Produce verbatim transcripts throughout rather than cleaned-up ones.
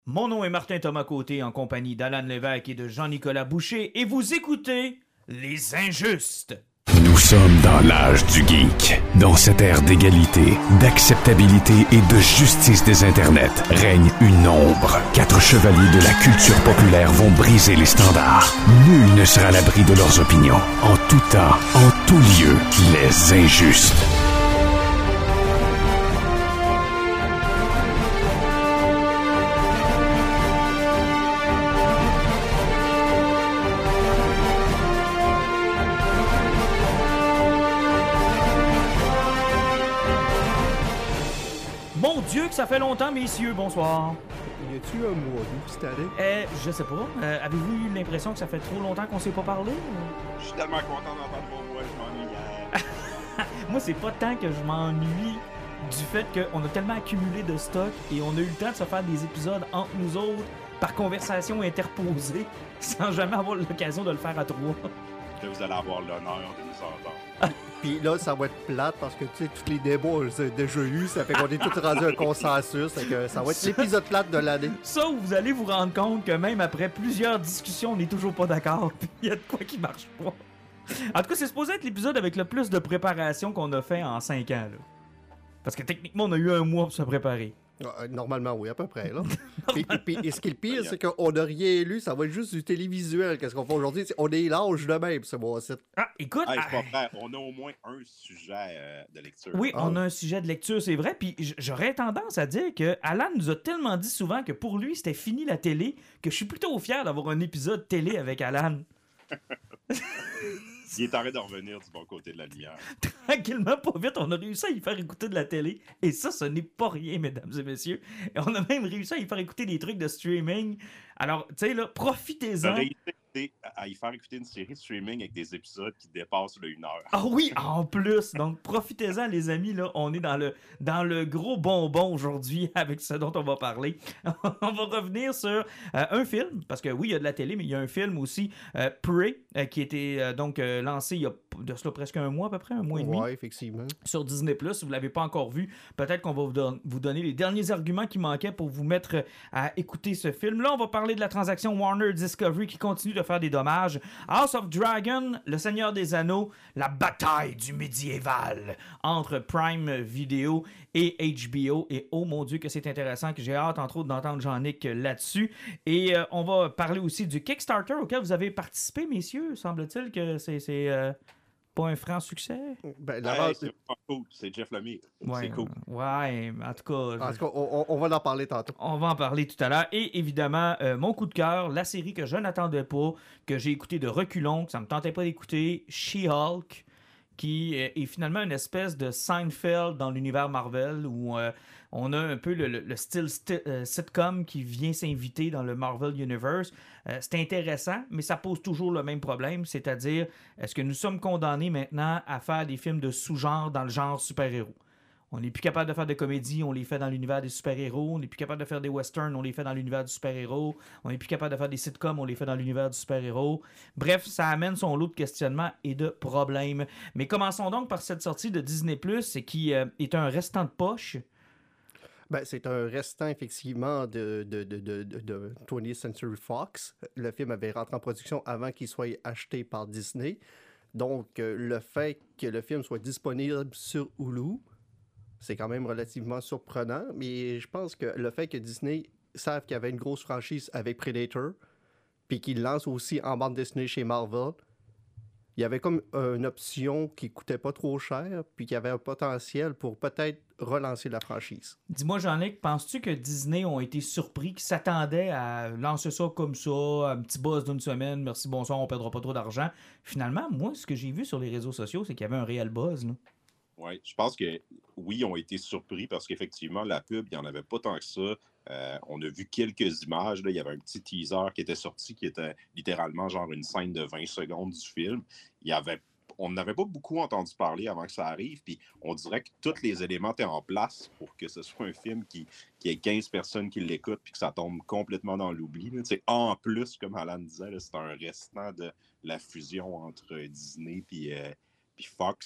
Mon nom est Martin Thomas Côté en compagnie d'Alan Lévesque et de Jean-Nicolas Boucher et vous écoutez Les Injustes. Nous sommes dans l'âge du geek. Dans cette ère d'égalité, d'acceptabilité et de justice des internets, règne une ombre. Quatre chevaliers de la culture populaire vont briser les standards. Nul ne sera à l'abri de leurs opinions. En tout temps, en tout lieu, les Injustes. Dieu que ça fait longtemps, messieurs, bonsoir. Y a-tu un mois d'août cette année? Euh, je sais pas. Euh, avez-vous eu l'impression que ça fait trop longtemps qu'on s'est pas parlé? Je suis tellement content d'entendre vos voix, je m'ennuie hier. Moi, c'est pas tant que je m'ennuie du fait qu'on a tellement accumulé de stock et on a eu le temps de se faire des épisodes entre nous autres par conversation interposée sans jamais avoir l'occasion de le faire à trois. Que vous allez avoir l'honneur de nous entendre. Puis là, ça va être plate parce que, tu sais, tous les débats, on les a déjà eu. Ça fait qu'on est tous rendus un consensus. Fait que ça va être l'épisode plate de l'année. Ça, vous allez vous rendre compte que même après plusieurs discussions, on n'est toujours pas d'accord. Puis il y a de quoi qui marche pas. En tout cas, c'est supposé être l'épisode avec le plus de préparation qu'on a fait en cinq ans. Là. Parce que techniquement, on a eu un mois pour se préparer. Euh, Normalement, oui, à peu près. Là. puis, puis, et ce qui est le pire, c'est qu'on n'a rien lu. Ça va être juste du télévisuel. Qu'est-ce qu'on fait aujourd'hui? On est l'âge de même, c'est bon. C'est... Ah, écoute... Hey, c'est ah, pas vrai. On a au moins un sujet euh, de lecture. Oui, ah. on a un sujet de lecture, c'est vrai. Puis j'aurais tendance à dire que Alan nous a tellement dit souvent que pour lui, c'était fini la télé, que je suis plutôt fier d'avoir un épisode télé avec Alan. Il est en train de revenir du bon côté de la lumière. Tranquillement, pas vite, on a réussi à y faire écouter de la télé. Et ça, ce n'est pas rien, mesdames et messieurs. Et on a même réussi à y faire écouter des trucs de streaming. Alors, tu sais, là, profitez-en. J'aurais réussi à y faire écouter une série de streaming avec des épisodes qui dépassent le une heure. Ah oui, en plus. Donc, profitez-en, les amis. Là, on est dans le, dans le gros bonbon aujourd'hui avec ce dont on va parler. On va revenir sur euh, un film, parce que oui, il y a de la télé, mais il y a un film aussi, euh, Prey, euh, qui a été euh, donc euh, lancé il y a de cela presque un mois à peu près, un mois et demi. Ouais, effectivement. Sur Disney plus. Si vous ne l'avez pas encore vu, peut-être qu'on va vous, don- vous donner les derniers arguments qui manquaient pour vous mettre à écouter ce film. Là, on va parler de la transaction Warner Discovery qui continue de faire des dommages. House of Dragon, Le Seigneur des Anneaux, la bataille du médiéval entre Prime Video et H B O. Et oh mon Dieu que c'est intéressant, que j'ai hâte entre autres d'entendre Jean-Nic là-dessus. Et euh, on va parler aussi du Kickstarter auquel vous avez participé, messieurs. Semble-t-il que c'est... c'est euh... pas un franc succès? Ben, Hey, c'est pas cool. C'est Jeff Lemire. Ouais, C'est cool. Ouais, en tout cas... En tout cas, on, on va en parler tantôt. On va en parler tout à l'heure. Et évidemment, euh, mon coup de cœur, la série que je n'attendais pas, que j'ai écouté de reculons, que ça me tentait pas d'écouter, She-Hulk, qui euh, est finalement une espèce de Seinfeld dans l'univers Marvel, où euh, on a un peu le, le, le style sti- euh, sitcom qui vient s'inviter dans le Marvel Universe. Euh, c'est intéressant, mais ça pose toujours le même problème, c'est-à-dire, est-ce que nous sommes condamnés maintenant à faire des films de sous-genre dans le genre super-héros? On n'est plus capable de faire des comédies, on les fait dans l'univers des super-héros. On n'est plus capable de faire des westerns, on les fait dans l'univers du super-héros. On n'est plus capable de faire des sitcoms, on les fait dans l'univers du super-héros. Bref, ça amène son lot de questionnements et de problèmes. Mais commençons donc par cette sortie de Disney plus, qui euh, est un restant de poche. Ben, c'est un restant, effectivement, de, de, de, de, de, de twentieth Century Fox. Le film avait rentré en production avant qu'il soit acheté par Disney. Donc, euh, le fait que le film soit disponible sur Hulu, c'est quand même relativement surprenant, mais je pense que le fait que Disney savent qu'il y avait une grosse franchise avec Predator, puis qu'ils lancent aussi en bande dessinée chez Marvel, il y avait comme une option qui coûtait pas trop cher, puis qui avait un potentiel pour peut-être relancer la franchise. Dis-moi, Jean-Luc, penses-tu que Disney ont été surpris, qu'ils s'attendaient à lancer ça comme ça, un petit buzz d'une semaine, merci, bonsoir, on perdra pas trop d'argent? Finalement, moi, ce que j'ai vu sur les réseaux sociaux, c'est qu'il y avait un réel buzz, là. Oui, je pense que oui, ils ont été surpris parce qu'effectivement, la pub, il n'y en avait pas tant que ça. Euh, on a vu quelques images. Là. Il y avait un petit teaser qui était sorti qui était littéralement genre une scène de vingt secondes du film. Il y avait, on n'avait pas beaucoup entendu parler avant que ça arrive. Puis on dirait que tous les éléments étaient en place pour que ce soit un film qui, qui ait quinze personnes qui l'écoutent puis que ça tombe complètement dans l'oubli. Là. En plus, comme Alan disait, là, c'est un restant de la fusion entre Disney et euh, Fox.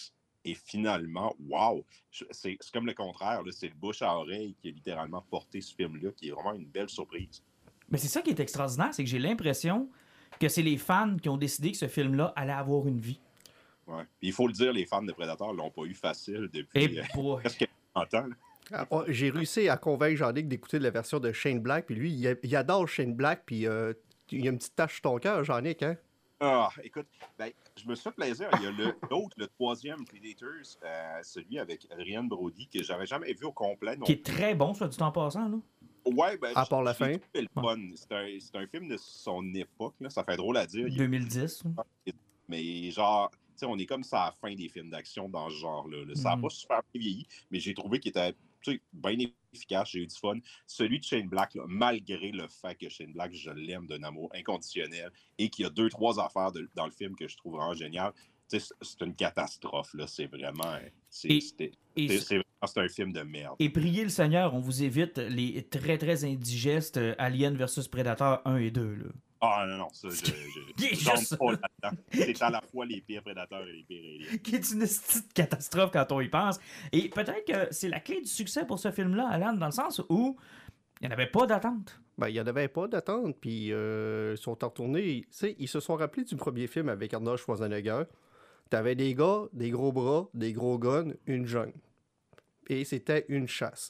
Et finalement, wow! C'est, c'est comme le contraire. Là, c'est le bouche à oreille qui a littéralement porté ce film-là, qui est vraiment une belle surprise. Mais c'est ça qui est extraordinaire, c'est que j'ai l'impression que c'est les fans qui ont décidé que ce film-là allait avoir une vie. Ouais. Puis il faut le dire, les fans de Predator l'ont pas eu facile depuis Et euh, boy. presque trente ans. Là. Ah, oh, j'ai réussi à convaincre Jean-Luc d'écouter la version de Shane Black, puis lui, il, a- il adore Shane Black, puis euh, il y a une petite tache sur ton cœur, Jean-Luc, hein? Ah, écoute, ben, je me suis fait plaisir. Il y a le, l'autre, le troisième Predators, euh, celui avec Adrian Brody, que j'avais jamais vu au complet. Non. Qui est très bon, soit dit en passant, là. Ouais, ben, À part la j'ai fin. trouvé le fun. C'est un, c'est un film de son époque, là. Ça fait drôle à dire. Il- deux mille dix. Mais genre, tu sais, on est comme ça à la fin des films d'action dans ce genre-là. là. Ça n'a Mhm. pas super bien vieilli, mais j'ai trouvé qu'il était tu sais, bien efficace. J'ai eu du fun. Celui de Shane Black, là, malgré le fait que Shane Black, je l'aime d'un amour inconditionnel et qu'il y a deux, trois affaires de- dans le film que je trouve vraiment génial. Tu sais, c'est c'est une catastrophe. Là. C'est vraiment. C'est, Et- c'était- Et, c'est, c'est vraiment c'est un film de merde. et priez le Seigneur, on vous évite les très très indigestes euh, Alien versus Predator un et deux. Là. Ah non, non, ça, je, Il est je, j'entre juste- pas là-dedans. C'est à la fois les pires prédateurs et les pires aliens. Qui est une petite catastrophe quand on y pense. Et peut-être que c'est la clé du succès pour ce film-là, Alan, dans le sens où il n'y en avait pas d'attente. Ben, il n'y en avait pas d'attente, puis euh, ils sont retournés. Tu sais, ils se sont rappelés du premier film avec Arnold Schwarzenegger. T'avais des gars, des gros bras, des gros guns, une jungle. Et c'était une chasse.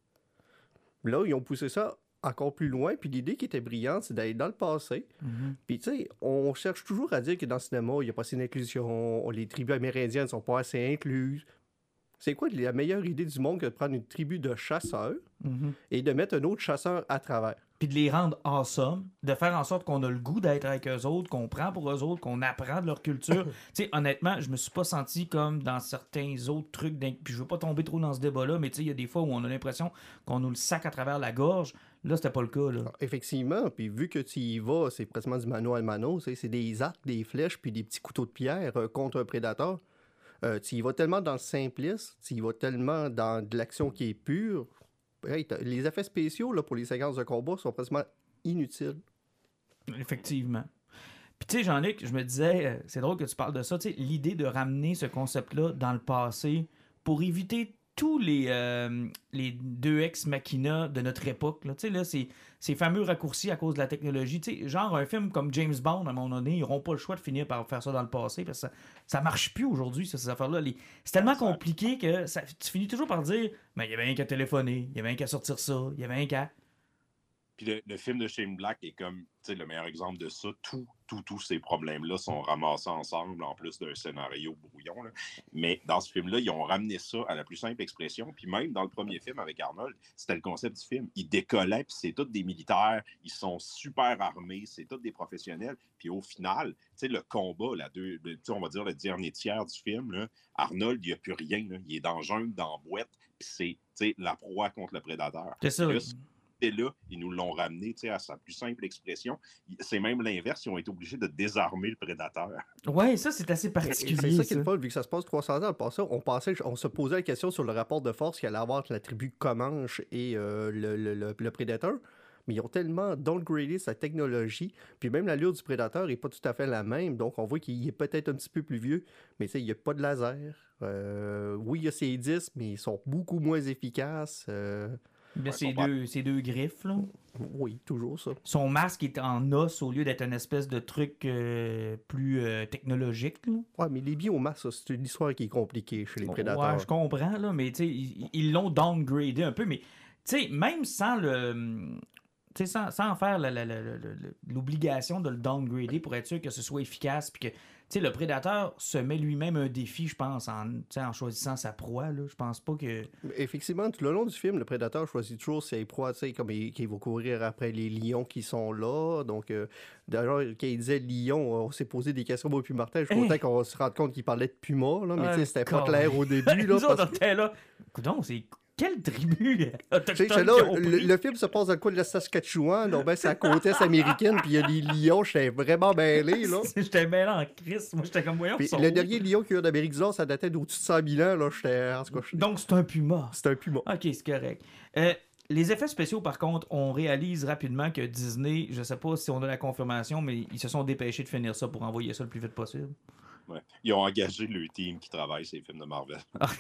Là, ils ont poussé ça encore plus loin, puis l'idée qui était brillante, c'est d'aller dans le passé. Puis, tu sais, on cherche toujours à dire que dans le cinéma, il n'y a pas assez d'inclusion, les tribus amérindiennes ne sont pas assez incluses. C'est quoi la meilleure idée du monde que de prendre une tribu de chasseurs Mhm. et de mettre un autre chasseur à travers? Puis de les rendre awesome, de faire en sorte qu'on a le goût d'être avec eux autres, qu'on prend pour eux autres, qu'on apprend de leur culture. Tu sais, honnêtement, je me suis pas senti comme dans certains autres trucs. d'in- Puis je veux pas tomber trop dans ce débat-là, mais tu sais, il y a des fois où on a l'impression qu'on nous le sac à travers la gorge. Là, c'était pas le cas, là. Alors, effectivement, puis vu que tu y vas, c'est pratiquement du mano à mano, tu sais, c'est des arcs, des flèches, puis des petits couteaux de pierre euh, contre un prédateur. Euh, tu y vas tellement dans le simpliste, tu y vas tellement dans de l'action qui est pure. Hey, t'as- les effets spéciaux là, pour les séquences de combat sont pratiquement inutiles. Effectivement. Puis tu sais, Jean-Luc, je me disais, euh, c'est drôle que tu parles de ça, tu sais, l'idée de ramener ce concept-là dans le passé pour éviter tous les, euh, les deux ex machina de notre époque. Là. Tu sais, là, ces, ces fameux raccourcis à cause de la technologie. Tu sais, genre un film comme James Bond, à un moment donné, ils n'auront pas le choix de finir par faire ça dans le passé parce que ça, ça marche plus aujourd'hui, ça, ces affaires-là. Les- C'est tellement compliqué que ça, tu finis toujours par dire, mais il y avait rien qu'à téléphoner, il y avait rien qu'à sortir ça, il y avait rien qu'à... Puis le, le film de Shane Black est comme tu sais, le meilleur exemple de ça. Tout, tout, tous ces problèmes-là sont ramassés ensemble, en plus d'un scénario brouillon. Là. Mais dans ce film-là, ils ont ramené ça à la plus simple expression. Puis même dans le premier film avec Arnold, c'était le concept du film. Ils décollaient, puis c'est tous des militaires, ils sont super armés, c'est tous des professionnels. Puis au final, tu sais, le combat, la deux, le, on va dire le dernier tiers du film, là, Arnold, il n'y a plus rien. Là. Il est dans le jungle, dans la boîte, puis c'est tu sais, la proie contre le prédateur. C'est ça. Là, et là, ils nous l'ont ramené à sa plus simple expression. C'est même l'inverse, ils ont été obligés de désarmer le prédateur. Ouais, ça, c'est assez Et particulier. c'est ça qui est ça. le fun, vu que ça se passe trois cents ans dans le passé, on, pensait, on se posait la question sur le rapport de force qu'il allait avoir entre la tribu Comanche et euh, le, le, le, le prédateur. Mais ils ont tellement downgradé sa technologie, puis même l'allure du prédateur n'est pas tout à fait la même, donc on voit qu'il est peut-être un petit peu plus vieux, mais tu sais, il n'y a pas de laser. Euh, oui, il y a ses disques, mais ils sont beaucoup moins efficaces. euh, Mais Ouais, ces, ils sont pas- deux, ces deux griffes, là. Oui, toujours ça. Son masque est en os au lieu d'être une espèce de truc euh, plus euh, technologique. Là. Ouais, mais les biomasses, ça, c'est une histoire qui est compliquée chez les prédateurs. Ouais, je comprends, là, mais tu sais, ils ils l'ont downgradé un peu. Mais tu sais, même sans le. Tu sais, sans, sans faire la- la- la- la- la- l'obligation de le downgrader pour être sûr que ce soit efficace, puis que tu sais, le prédateur se met lui-même un défi, je pense, en, tu sais, en choisissant sa proie. Là. Je pense pas que. Effectivement, tout le long du film, le prédateur choisit toujours ses proies, tu sais, comme il, qu'il va courir après les lions qui sont là. Donc, euh, d'ailleurs, quand il disait lion, on s'est posé des questions, moi et puis Martin. Je suis Hey. content qu'on se rende compte qu'il parlait de puma, là, mais Ouais, tu sais, c'était pas correct. clair au début. Là, Nous autres, parce on était là. Coudon, c'est quelle tribu Tu sais, autochtone j'étais là, qui ont le, pris? le film se passe dans le coin de la Saskatchewan, donc ben, c'est la côte est américaine, puis il y a des lions, j'étais vraiment mêlé, là. J'étais mêlé en crise. Moi, j'étais comme, voyons, Puis ils sont le où? dernier lion qu'il y a eu en Amérique du Nord, ça datait d'au-dessus de cent mille ans, là, j'étais, en tout cas, j'étais- Donc, c'est un puma. c'était un puma. Ok, c'est correct. Euh, les effets spéciaux, par contre, on réalise rapidement que Disney, je sais pas si on a la confirmation, mais ils se sont dépêchés de finir ça pour envoyer ça le plus vite possible. Ouais. Ils ont engagé le team qui travaille sur les films de Marvel.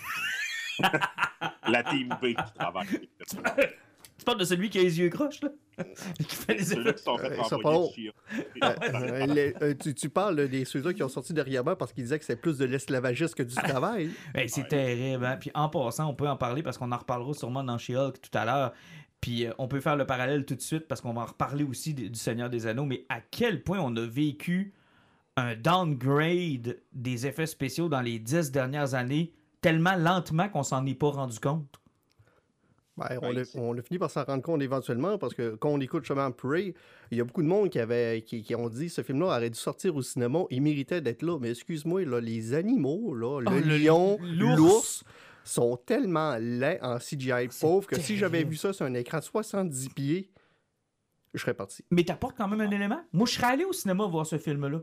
La team B qui travaille sur les films de Marvel. Tu parles de celui qui a les yeux croches, là? Qui fait les Ceux-là qui sont fait Euh, ils sont renvoyer pas de Chia. Euh, euh, les- euh, tu, tu parles des ceux-là qui ont sorti dernièrement parce qu'ils disaient que c'est plus de l'esclavagisme que du travail. Hey, c'est Ouais. terrible. Hein? Puis en passant, on peut en parler parce qu'on en reparlera sûrement dans She-Hulk tout à l'heure. Puis euh, on peut faire le parallèle tout de suite parce qu'on va en reparler aussi de- du Seigneur des Anneaux. Mais à quel point on a vécu un downgrade des effets spéciaux dans les dix dernières années tellement lentement qu'on s'en est pas rendu compte. Ben, on, Ouais, a, c'est- on a fini par s'en rendre compte éventuellement parce que quand on écoute justement Prey, il y a beaucoup de monde qui, avait, qui, qui ont dit ce film-là aurait dû sortir au cinéma, il méritait d'être là. Mais excuse-moi, là, les animaux, là, le Oh, le lion, l'ours. l'ours, sont tellement laids en C G I C'est pauvre que si j'avais terrible. vu ça sur un écran de soixante-dix pieds, je serais parti. Mais t'apportes quand même un élément. Moi, je serais allé au cinéma voir ce film-là.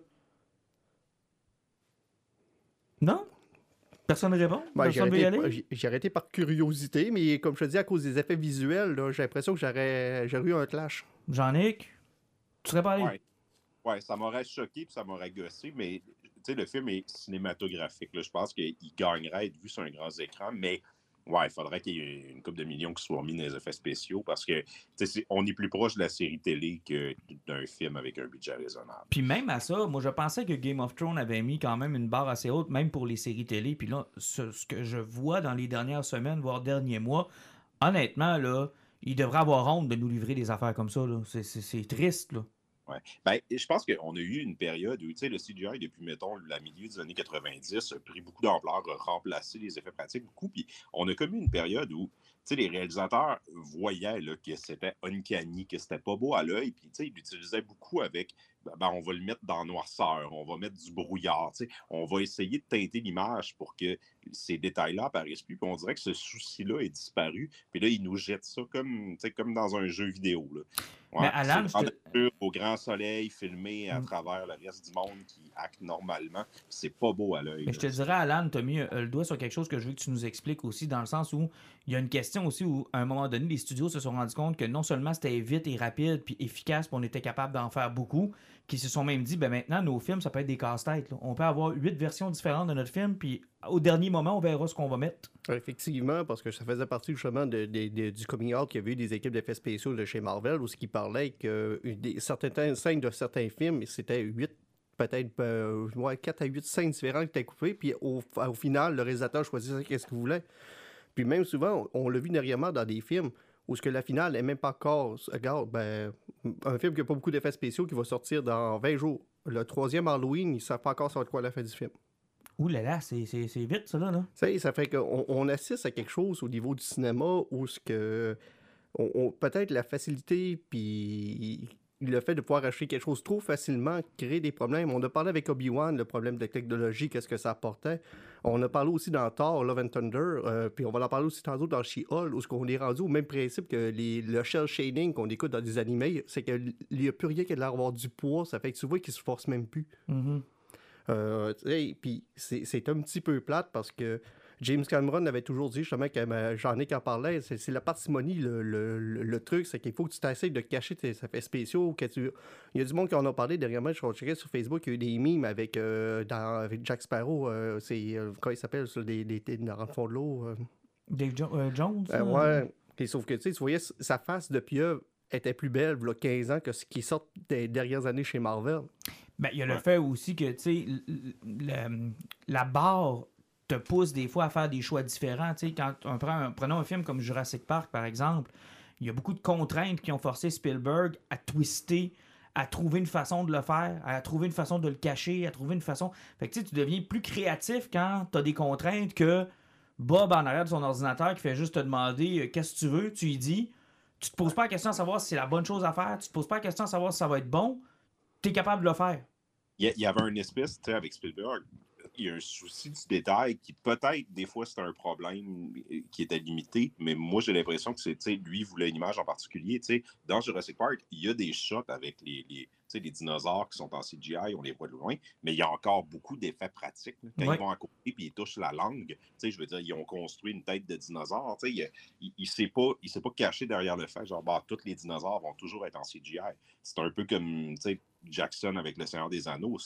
Non? Personne ne répond? Ben, j'ai, Personne veut y arrêté, aller? j'ai- j'ai arrêté par curiosité, mais comme je te dis, à cause des effets visuels, là, j'ai l'impression que j'aurais, j'aurais eu un clash. Jean-Nic, tu serais pas allé? Ouais. Ouais, ça m'aurait choqué puis ça m'aurait gossé, mais tu sais, le film est cinématographique. Là. Je pense qu'il gagnerait à être vu sur un grand écran, mais ouais, il faudrait qu'il y ait une couple de millions qui soient mis dans les effets spéciaux parce que tu sais, c'est- on est plus proche de la série télé que d'un film avec un budget raisonnable. Puis même à ça, moi je pensais que Game of Thrones avait mis quand même une barre assez haute, même pour les séries télé. Puis là, ce, ce que je vois dans les dernières semaines, voire derniers mois, honnêtement, là, il devrait avoir honte de nous livrer des affaires comme ça. Là. C'est, c'est, c'est triste. Là. Ouais. Ben, je pense qu'on a eu une période où tu sais, le C G I, depuis, mettons, la milieu des années quatre-vingt-dix, a pris beaucoup d'ampleur, a remplacé les effets pratiques beaucoup. Puis on a comme eu une période où tu sais, les réalisateurs voyaient là, que c'était uncanny, que c'était pas beau à l'œil. Puis tu sais, ils l'utilisaient beaucoup avec ben, ben, on va le mettre dans noirceur, on va mettre du brouillard. Tu sais, on va essayer de teinter l'image pour que ces détails-là apparaissent plus. Puis on dirait que ce souci-là est disparu. Puis là, ils nous jettent ça comme, tu sais, comme dans un jeu vidéo. Là. Ouais, Mais Alan, c'est je te- grandeur, au grand soleil, filmé à Mm. travers le reste du monde qui acte normalement. C'est pas beau à l'œil. Mais je te là. dirais, Alan, tu as mis euh, le doigt sur quelque chose que je veux que tu nous expliques aussi, dans le sens où il y a une question aussi où, à un moment donné, les studios se sont rendus compte que non seulement c'était vite et rapide puis efficace, puis on était capable d'en faire beaucoup, qu'ils se sont même dit, ben maintenant, nos films, ça peut être des casse-têtes. Là. On peut avoir huit versions différentes de notre film, puis au dernier moment, on verra ce qu'on va mettre. Effectivement, parce que ça faisait partie justement de, de- de- du coming out qu'il y avait eu des équipes d'effets spéciaux de chez Marvel, où ce qui parlait que une des, certaines scènes de certains films, c'était huit, peut-être euh, ouais, quatre à huit scènes différentes qui étaient coupées, puis au, au final, le réalisateur choisissait qu'est-ce qu'il voulait. Puis même souvent, on, on l'a vu dernièrement dans des films où ce que la finale est même pas encore. Regarde, ben, un film qui n'a pas beaucoup d'effets spéciaux qui va sortir dans vingt jours. Le troisième Halloween, ils ne savent pas encore ça va être quoi la fin du film. Ouh là là, c'est, c'est, c'est vite, ça, là. là. Tu sais, ça fait qu'on on assiste à quelque chose au niveau du cinéma où ce que on, on- peut-être la facilité puis le fait de pouvoir acheter quelque chose trop facilement crée des problèmes. On a parlé avec Obi-Wan, le problème de technologie, qu'est-ce que ça apportait. On a parlé aussi dans Thor, Love and Thunder, euh, puis on va en parler aussi tantôt dans She-Hulk, où ce qu'on est rendu au même principe que les, le shell shading qu'on écoute dans des animés, c'est qu'il n'y a plus rien qui a l'air d'avoir du poids, ça fait que tu vois qu'ils se forcent même plus. Mhm. Euh, tu sais, puis c'est c'est un petit peu plate parce que James Cameron avait toujours dit justement que euh, Jean-Nic en parlait, c'est c'est la parcimonie, le, le, le- le truc, c'est qu'il faut que tu t'essayes de cacher tes effets spéciaux. Que tu... Il y a du monde qui en a parlé dernièrement, je checkais sur Facebook, il y a eu des memes avec, euh, dans- avec Jack Sparrow, euh, c'est, euh, comment il s'appelle, sur des, des, des- dans le fond de l'eau. euh. Dave Jo- euh, Jones? Euh, là? ouais, puis sauf que tu sais, tu voyais s- sa face de pieuvre était plus belle, il y a quinze ans, que ce qui sort des dernières années chez Marvel. Ben, il y a le Ouais. fait aussi que, tu sais, l- l- le- la barre te pousse des fois à faire des choix différents. Tu sais, quand on prend un- prenons un film comme Jurassic Park, par exemple, il y a beaucoup de contraintes qui ont forcé Spielberg à twister, à trouver une façon de le faire, à trouver une façon de le cacher, à trouver une façon... Fait que, tu sais, tu deviens plus créatif quand tu as des contraintes que Bob, en arrière de son ordinateur, qui fait juste te demander euh, qu'est-ce que tu veux, tu lui dis. Tu te poses pas la question à savoir si c'est la bonne chose à faire, tu te poses pas la question à savoir si ça va être bon, tu es capable de le faire. Il y, a- il y avait un espèce, tu sais, avec Spielberg, il y a un souci du détail qui peut-être, des fois, c'était un problème qui était limité, mais moi, j'ai l'impression que c'est, tu sais, lui, il voulait une image en particulier. Tu sais, dans Jurassic Park, il y a des shots avec les, les, tu sais, les dinosaures qui sont en C G I, on les voit de loin, mais il y a encore beaucoup d'effets pratiques. Là. Quand Ouais. ils vont à côté et ils touchent la langue, tu sais, je veux dire, ils ont construit une tête de dinosaure. Tu sais, il, il, il s'est pas, il s'est pas caché derrière le fait, genre, bah, tous les dinosaures vont toujours être en C G I. C'est un peu comme, tu sais, Jackson avec Le Seigneur des Anneaux. C'est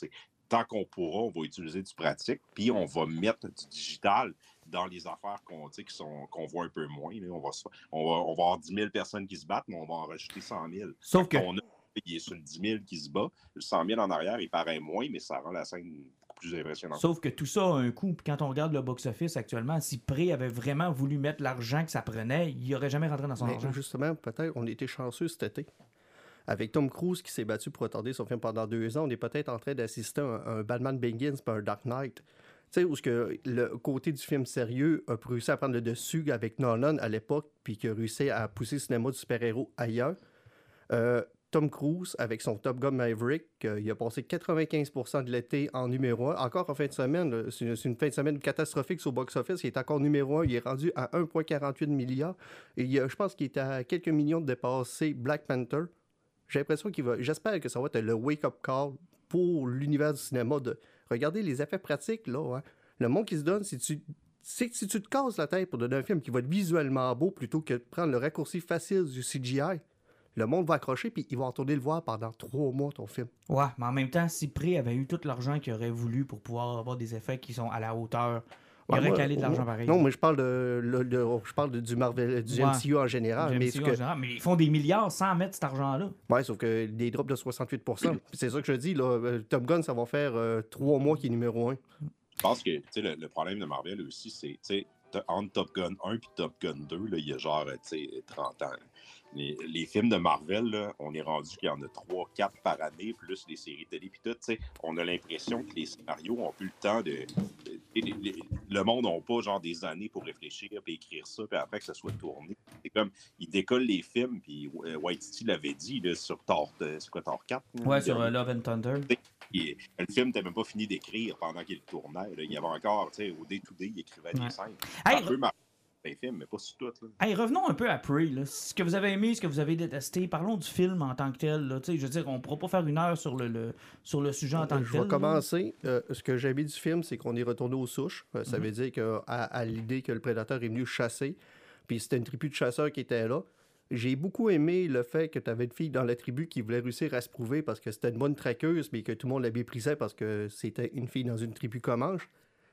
tant qu'on pourra, on va utiliser du pratique, puis on va mettre du digital dans les affaires qu'on, qui sont, qu'on voit un peu moins. Là. On, va, on, va, on va avoir dix mille personnes qui se battent, mais on va en rajouter cent mille. Sauf que... On a, il est sur le dix mille qui se bat. Le cent mille en arrière, il paraît moins, mais ça rend la scène beaucoup plus impressionnante. Sauf que tout ça a un coût. Puis quand on regarde le box-office actuellement, si Prey avait vraiment voulu mettre l'argent que ça prenait, il n'aurait jamais rentré dans son mais argent. Justement, peut-être, on était chanceux cet été. Avec Tom Cruise qui s'est battu pour retarder son film pendant deux ans, on est peut-être en train d'assister à un, un Batman Begins pas un Dark Knight. Tu sais, où ce que le côté du film sérieux a réussi à prendre le dessus avec Nolan à l'époque, puis qui a réussi à pousser le cinéma du super-héros ailleurs. Euh, Tom Cruise, avec son Top Gun Maverick, euh, il a passé quatre-vingt-quinze pour cent de l'été en numéro un. Encore en fin de semaine, là, c'est, une, c'est une fin de semaine catastrophique sur box-office. Il est encore numéro un. Il est rendu à un virgule quarante-huit milliards. Et il a, je pense qu'il est à quelques millions de dépasser Black Panther. J'ai l'impression qu'il va... J'espère que ça va être le wake-up call pour l'univers du cinéma de regarder les effets pratiques, là. Hein. Le monde qui se donne, si tu... c'est que si tu te casses la tête pour donner un film qui va être visuellement beau plutôt que de prendre le raccourci facile du C G I, le monde va accrocher puis ils vont retourner le voir pendant trois mois, ton film. Ouais, mais en même temps, si Prey avait eu tout l'argent qu'il aurait voulu pour pouvoir avoir des effets qui sont à la hauteur, il Ouais, aurait moi, calé de l'argent moi, pareil. Non, mais je parle de, le, de- je parle de- du Marvel, du Ouais. M C U en général. Du mais, M C U ce en que- général, mais ils font des milliards sans mettre cet argent-là. ouais, sauf que des drops de soixante-huit pour cent. Puis c'est ça que je dis, là, euh, Top Gun, ça va faire euh, trois mois qu'il est numéro un. Je pense que tu sais, le, le problème de Marvel aussi, c'est tu sais, t- entre Top Gun un et Top Gun deux, là, il y a genre tu sais, trente ans. Les, les films de Marvel, là, on est rendu qu'il y en a trois quatre par année, plus les séries télé puis tout. tu sais, On a l'impression que les scénarios ont plus le temps de. de- les- les- le monde n'a pas genre des années pour réfléchir et écrire ça, puis après que ça soit tourné. C'est comme, ils décollent les films, puis euh, Waititi l'avait dit là, sur Thor, euh, c'est quoi, Thor quatre? Ouais, sur euh, Love and Thunder. Et le film n'était même pas fini d'écrire pendant qu'il tournait. Là. Il y avait encore, tu sais, au day-to-day, il écrivait Ouais. des scènes. Hey, Ça peut marcher dans les films, mais pas sur tout. Là. Hey, revenons un peu à Prey. Là. Ce que vous avez aimé, ce que vous avez détesté. Parlons du film en tant que tel. Là. Tu sais, je veux dire, on ne pourra pas faire une heure sur le, le- sur le sujet en tant que Je tel. vais là. commencer. Euh, ce que j'ai aimé du film, c'est qu'on est retourné aux souches. Euh, ça Mhm. veut dire qu'à à, l'idée que le prédateur est venu chasser, puis c'était une tribu de chasseurs qui était là. J'ai beaucoup aimé le fait que tu avais une fille dans la tribu qui voulait réussir à se prouver parce que c'était une bonne traqueuse, mais que tout le monde la méprisait parce que c'était une fille dans une tribu comanche.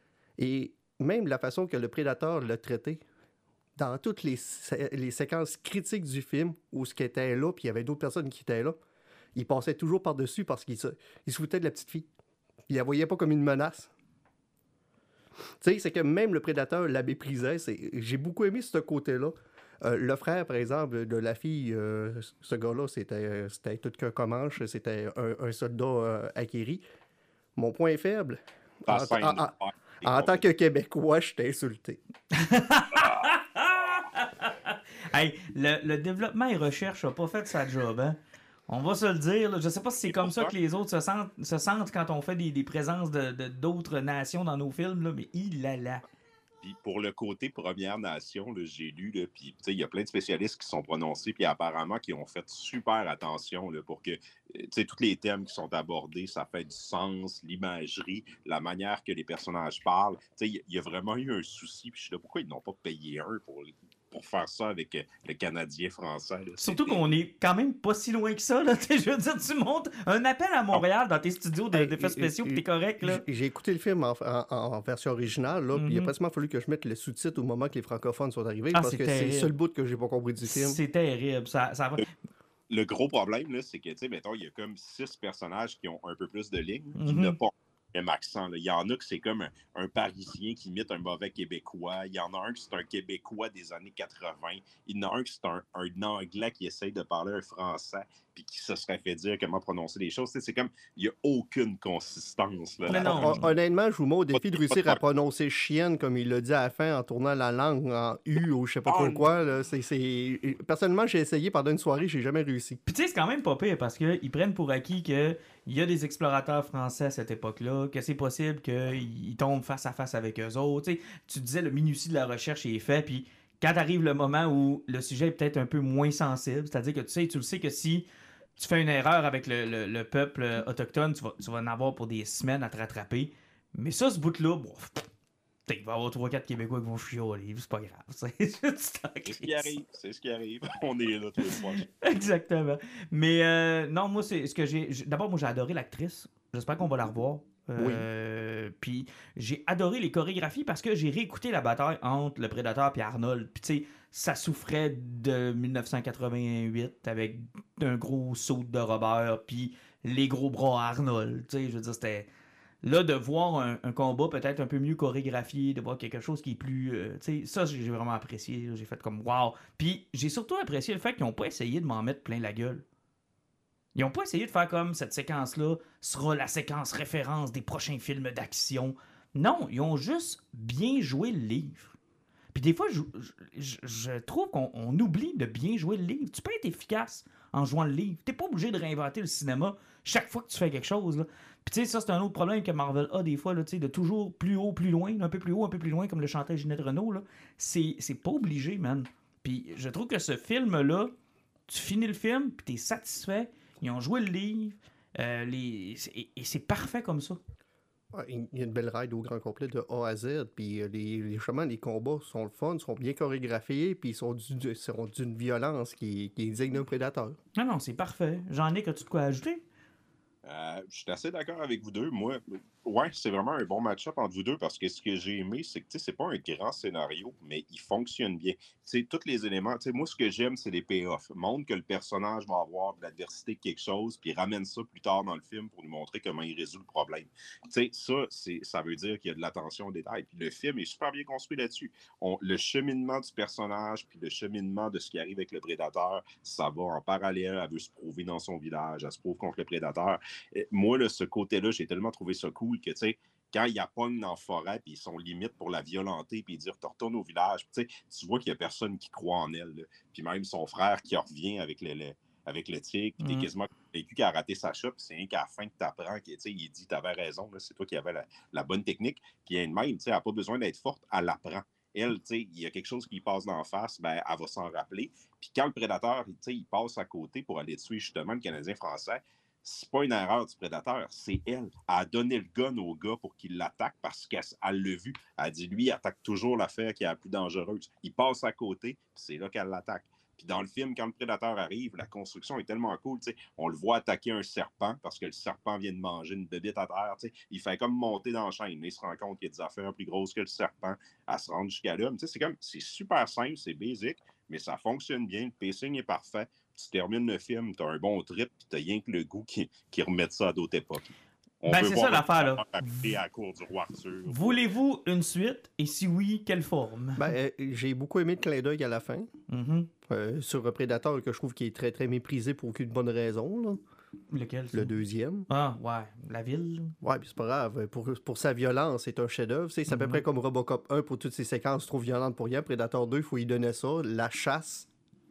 Et même la façon que le prédateur l'a traité, dans toutes les, sé- les séquences critiques du film, où ce qui était là, puis il y avait d'autres personnes qui étaient là, il passait toujours par-dessus parce qu'il se, il se foutait de la petite fille. Il la voyait pas comme une menace. Tu sais, c'est que même le prédateur la méprisait. C'est... J'ai beaucoup aimé ce côté-là. Euh, le frère, par exemple, de la fille, euh, ce gars-là, c'était, c'était tout qu'un comanche, c'était un, un soldat euh, acquéri. Mon point faible, La en, scène, en- en- ouais, en tant que Québécois, je t'ai insulté. Hey, le, le développement et recherche n'a pas fait sa job, hein? On va se le dire. Là. Je sais pas si c'est comme ça que les autres se sentent, se sentent quand on fait des, des présences de, de- d'autres nations dans nos films, là, mais il a là. Puis pour le côté Première Nation, là, j'ai lu, là, puis tu sais, il y a plein de spécialistes qui sont prononcés, puis apparemment qui ont fait super attention là, pour que euh, tu sais, tous les thèmes qui sont abordés, ça fait du sens, l'imagerie, la manière que les personnages parlent. Tu sais, Il y, il y a vraiment eu un souci, puis je sais pas pourquoi ils n'ont pas payé un pour, pour faire ça avec euh, le Canadien français. Là. Surtout C'était- qu'on est quand même pas si loin que ça. Là. Je veux dire, tu montes un appel à Montréal dans tes studios de- Hey, d'effets et- spéciaux, et- puis t'es correct. Là. J'ai j'ai écouté le film en, en- en version originale, là, puis il a Mhm. pratiquement fallu que je mette le sous-titre au moment que les francophones sont arrivés, Ah, parce c'est que c'est le terrible. seul bout que j'ai pas compris du film. C'est terrible. Ça, ça va. Le gros problème, là, c'est que, tu sais, mettons, il y a comme six personnages qui ont un peu plus de lignes, qui Mhm. n'ont pas le même accent. là. Il y en a que c'est comme un, un Parisien qui imite un mauvais Québécois. Il y en a un qui c'est un Québécois des années quatre-vingts. Il y en a un qui c'est un, un Anglais qui essaye de parler un Français puis qui se serait fait dire comment prononcer les choses. Tu sais, c'est comme, il n'y a aucune consistance. Là, Mais non. Hon- Honnêtement, je vous mets au défi de Pas- réussir pas- à prononcer chienne comme il l'a dit à la fin en tournant la langue en U ou je sais pas Ah, trop non. quoi. Là. C'est, c'est... Personnellement, j'ai essayé pendant une soirée, j'ai jamais réussi. Puis tu sais, c'est quand même pas pire parce qu'ils prennent pour acquis qu'il y a des explorateurs français à cette époque-là, que c'est possible qu'ils tombent face à face avec eux autres. Tu sais, tu disais, le minutie de la recherche est fait, puis quand arrive le moment où le sujet est peut-être un peu moins sensible, c'est-à-dire que tu sais, tu le sais que si tu fais une erreur avec le, le- le peuple euh, autochtone, tu vas, tu vas en avoir pour des semaines à te rattraper. Mais ça, ce bout-là, bon, t'sais, il va y avoir trois quatre Québécois qui vont chioler, c'est pas grave. C'est juste en C'est ce qui crise. arrive. C'est ce qui arrive. On est là tous les fois. Exactement. Mais euh, non, moi, c'est ce que j'ai. j'ai- D'abord, moi, j'ai adoré l'actrice. J'espère qu'on va la revoir. Euh, Puis j'ai adoré les chorégraphies parce que j'ai réécouté la bataille entre le Prédateur et Arnold. Puis tu sais, ça souffrait de dix-neuf cent quatre-vingt-huit avec un gros saut de Robert puis les gros bras à Arnold. Tu sais, je veux dire, c'était... Là, de voir un, un combat peut-être un peu mieux chorégraphié, de voir quelque chose qui est plus... Euh, tu sais, ça, j'ai vraiment apprécié. J'ai fait comme « wow ». Puis j'ai surtout apprécié le fait qu'ils n'ont pas essayé de m'en mettre plein la gueule. Ils n'ont pas essayé de faire comme cette séquence-là sera la séquence référence des prochains films d'action. Non, ils ont juste bien joué le livre. Puis des fois, je, je, je trouve qu'on on oublie de bien jouer le livre. Tu peux être efficace en jouant le livre. T'es pas obligé de réinventer le cinéma chaque fois que tu fais quelque chose. Là. Puis tu sais, ça, c'est un autre problème que Marvel a des fois, là, de toujours plus haut, plus loin, un peu plus haut, un peu plus loin, comme le chantait Ginette Renault. Là. C'est, c'est pas obligé, man. Puis je trouve que ce film-là, tu finis le film, puis t'es satisfait. Ils ont joué le livre, euh, les... et, et c'est parfait comme ça. Ouais, il y a une belle ride au grand complet de A à Z, puis euh, les, les, justement, les combats sont le fun, sont bien chorégraphiés, puis ils sont, du, sont d'une violence qui, qui est digne d'un prédateur. Non, non, c'est parfait. Jean-Nic, as-tu de quoi ajouter? Euh, je suis assez d'accord avec vous deux. Moi, ouais, c'est vraiment un bon match-up entre vous deux parce que ce que j'ai aimé, c'est que c'est pas un grand scénario, mais il fonctionne bien. T'sais, tous les éléments, moi, ce que j'aime, c'est les payoffs. Montre que le personnage va avoir de l'adversité de quelque chose, puis ramène ça plus tard dans le film pour nous montrer comment il résout le problème. T'sais, ça, c'est, ça veut dire qu'il y a de l'attention aux détails. Puis le film est super bien construit là-dessus. On, le cheminement du personnage, puis le cheminement de ce qui arrive avec le prédateur, ça va en parallèle. Elle veut se prouver dans son village, elle se prouve contre le prédateur. Moi, là, ce côté-là, j'ai tellement trouvé ça cool que, tu sais, quand il y a pogne dans la forêt, puis ils sont limite pour la violenter, puis dire, tu retournes au village, tu sais, tu vois qu'il n'y a personne qui croit en elle. Là. Puis même son frère qui revient avec le, le, avec le tigre, puis t'es mm. quasiment convaincu qu'il a raté sa shot, puis c'est rien qu'à la fin que tu apprends, qu'il il dit, t'avais raison, là, c'est toi qui avais la, la bonne technique. Puis elle-même, tu sais, elle n'a pas besoin d'être forte, elle l'apprend. Elle, tu sais, il y a quelque chose qui passe d'en face, ben, elle va s'en rappeler. Puis quand le prédateur, tu sais, il passe à côté pour aller tuer justement le Canadien français, c'est pas une erreur du prédateur, c'est elle. Elle a donné le gun au gars pour qu'il l'attaque parce qu'elle l'a vu. Elle a dit, lui, il attaque toujours l'affaire qui est la plus dangereuse. Il passe à côté, puis c'est là qu'elle l'attaque. Puis dans le film, quand le prédateur arrive, la construction est tellement cool. T'sais. On le voit attaquer un serpent parce que le serpent vient de manger une bébite à terre. T'sais. Il fait comme monter dans la chaîne. Il se rend compte qu'il y a des affaires plus grosses que le serpent à se rendre jusqu'à là. C'est comme, c'est super simple, c'est basic, mais ça fonctionne bien. Le pacing est parfait. Tu termines le film, tu as un bon trip, puis tu n'as rien que le goût qui, qui remette ça à d'autres époques. On ben, c'est ça l'affaire, là. À la cour du roi Arthur. Voulez-vous une suite? Et si oui, quelle forme? Ben, euh, j'ai beaucoup aimé le clin d'œil à la fin. Mm-hmm. Euh, sur un prédateur que je trouve qui est très, très méprisé pour aucune bonne raison. Là. Lequel? Ça? Le deuxième. Ah, ouais. La ville. Ouais, puis c'est pas grave. Pour, pour sa violence, c'est un chef-d'œuvre. C'est mm-hmm. à peu près comme Robocop un pour toutes ses séquences trop violentes pour rien. Prédateur deux, il faut y donner ça. La chasse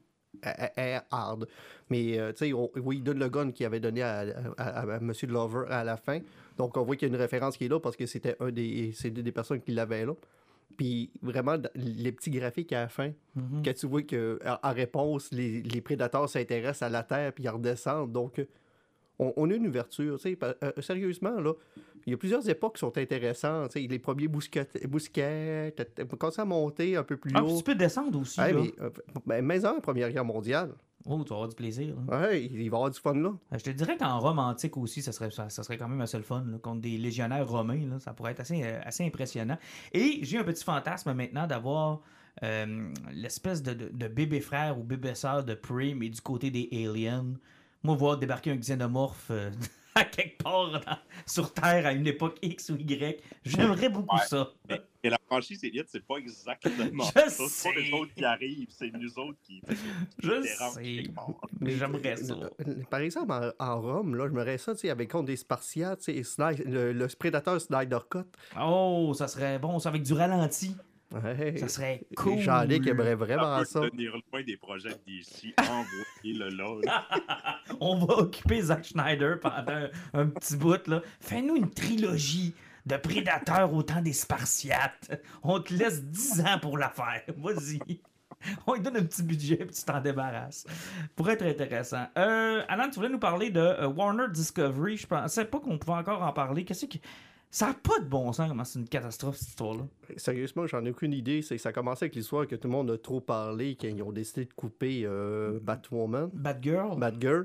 est hard. Mais, euh, tu sais, oui, il donne le gun qu'il avait donné à, à, à, à M. Glover à la fin. Donc, on voit qu'il y a une référence qui est là parce que c'était un des, c'est des personnes qui l'avaient là. Puis, vraiment, les petits graphiques à la fin, mm-hmm. quand tu vois qu'en réponse, les, les prédateurs s'intéressent à la Terre puis ils redescendent. Donc, on, on a une ouverture. Tu sais, euh, sérieusement, là, il y a plusieurs époques qui sont intéressantes. Tu sais, les premiers bousquets, bousquets quand ça a monté un peu plus ah, haut. Tu peux descendre aussi. Ouais, là. Mais, euh, ben, mais en Première Guerre mondiale. Oh, tu vas avoir du plaisir. Oui, il va y avoir du fun là. Je te dirais qu'en Rome antique aussi, ça serait, ça, ça serait quand même assez le fun. Là, contre des légionnaires romains, là, ça pourrait être assez, euh, assez impressionnant. Et j'ai un petit fantasme maintenant d'avoir euh, l'espèce de, de, de bébé frère ou bébé sœur de Prey, mais du côté des aliens. Moi, voir débarquer un xénomorphe euh, à quelque part dans, sur Terre à une époque X ou Y, j'aimerais beaucoup ouais. ça. Mais, mais la franchise Elite, c'est pas exactement je ça. C'est pas les autres qui arrivent, c'est nous autres qui. qui je sais. Mais j'aimerais ça. Par exemple, en, en Rome, là, j'aimerais ça, tu sais, avec contre des Spartiates, le, le prédateur Snyder Cut. Oh, ça serait bon, ça avec du ralenti. Ouais. Ça serait cool. Jean-Luc aimerait vraiment ça. ça. Tenir loin des projets d'ici, envoyer-le là. On va occuper Zack Snyder pendant un, un petit bout. Là. Fais-nous une trilogie de prédateurs au temps des Spartiates. On te laisse dix ans pour la faire. Vas-y. On lui donne un petit budget et tu t'en débarrasses. Pourrait être intéressant. Euh, Alan, tu voulais nous parler de euh, Warner Discovery. Je pensais pas qu'on pouvait encore en parler. Qu'est-ce que... Ça n'a pas de bon sens comment c'est une catastrophe, cette histoire-là. Sérieusement, j'en ai aucune idée. C'est que ça a commencé avec l'histoire que tout le monde a trop parlé, qu'ils ont décidé de couper euh, Batwoman. Batgirl. Batgirl.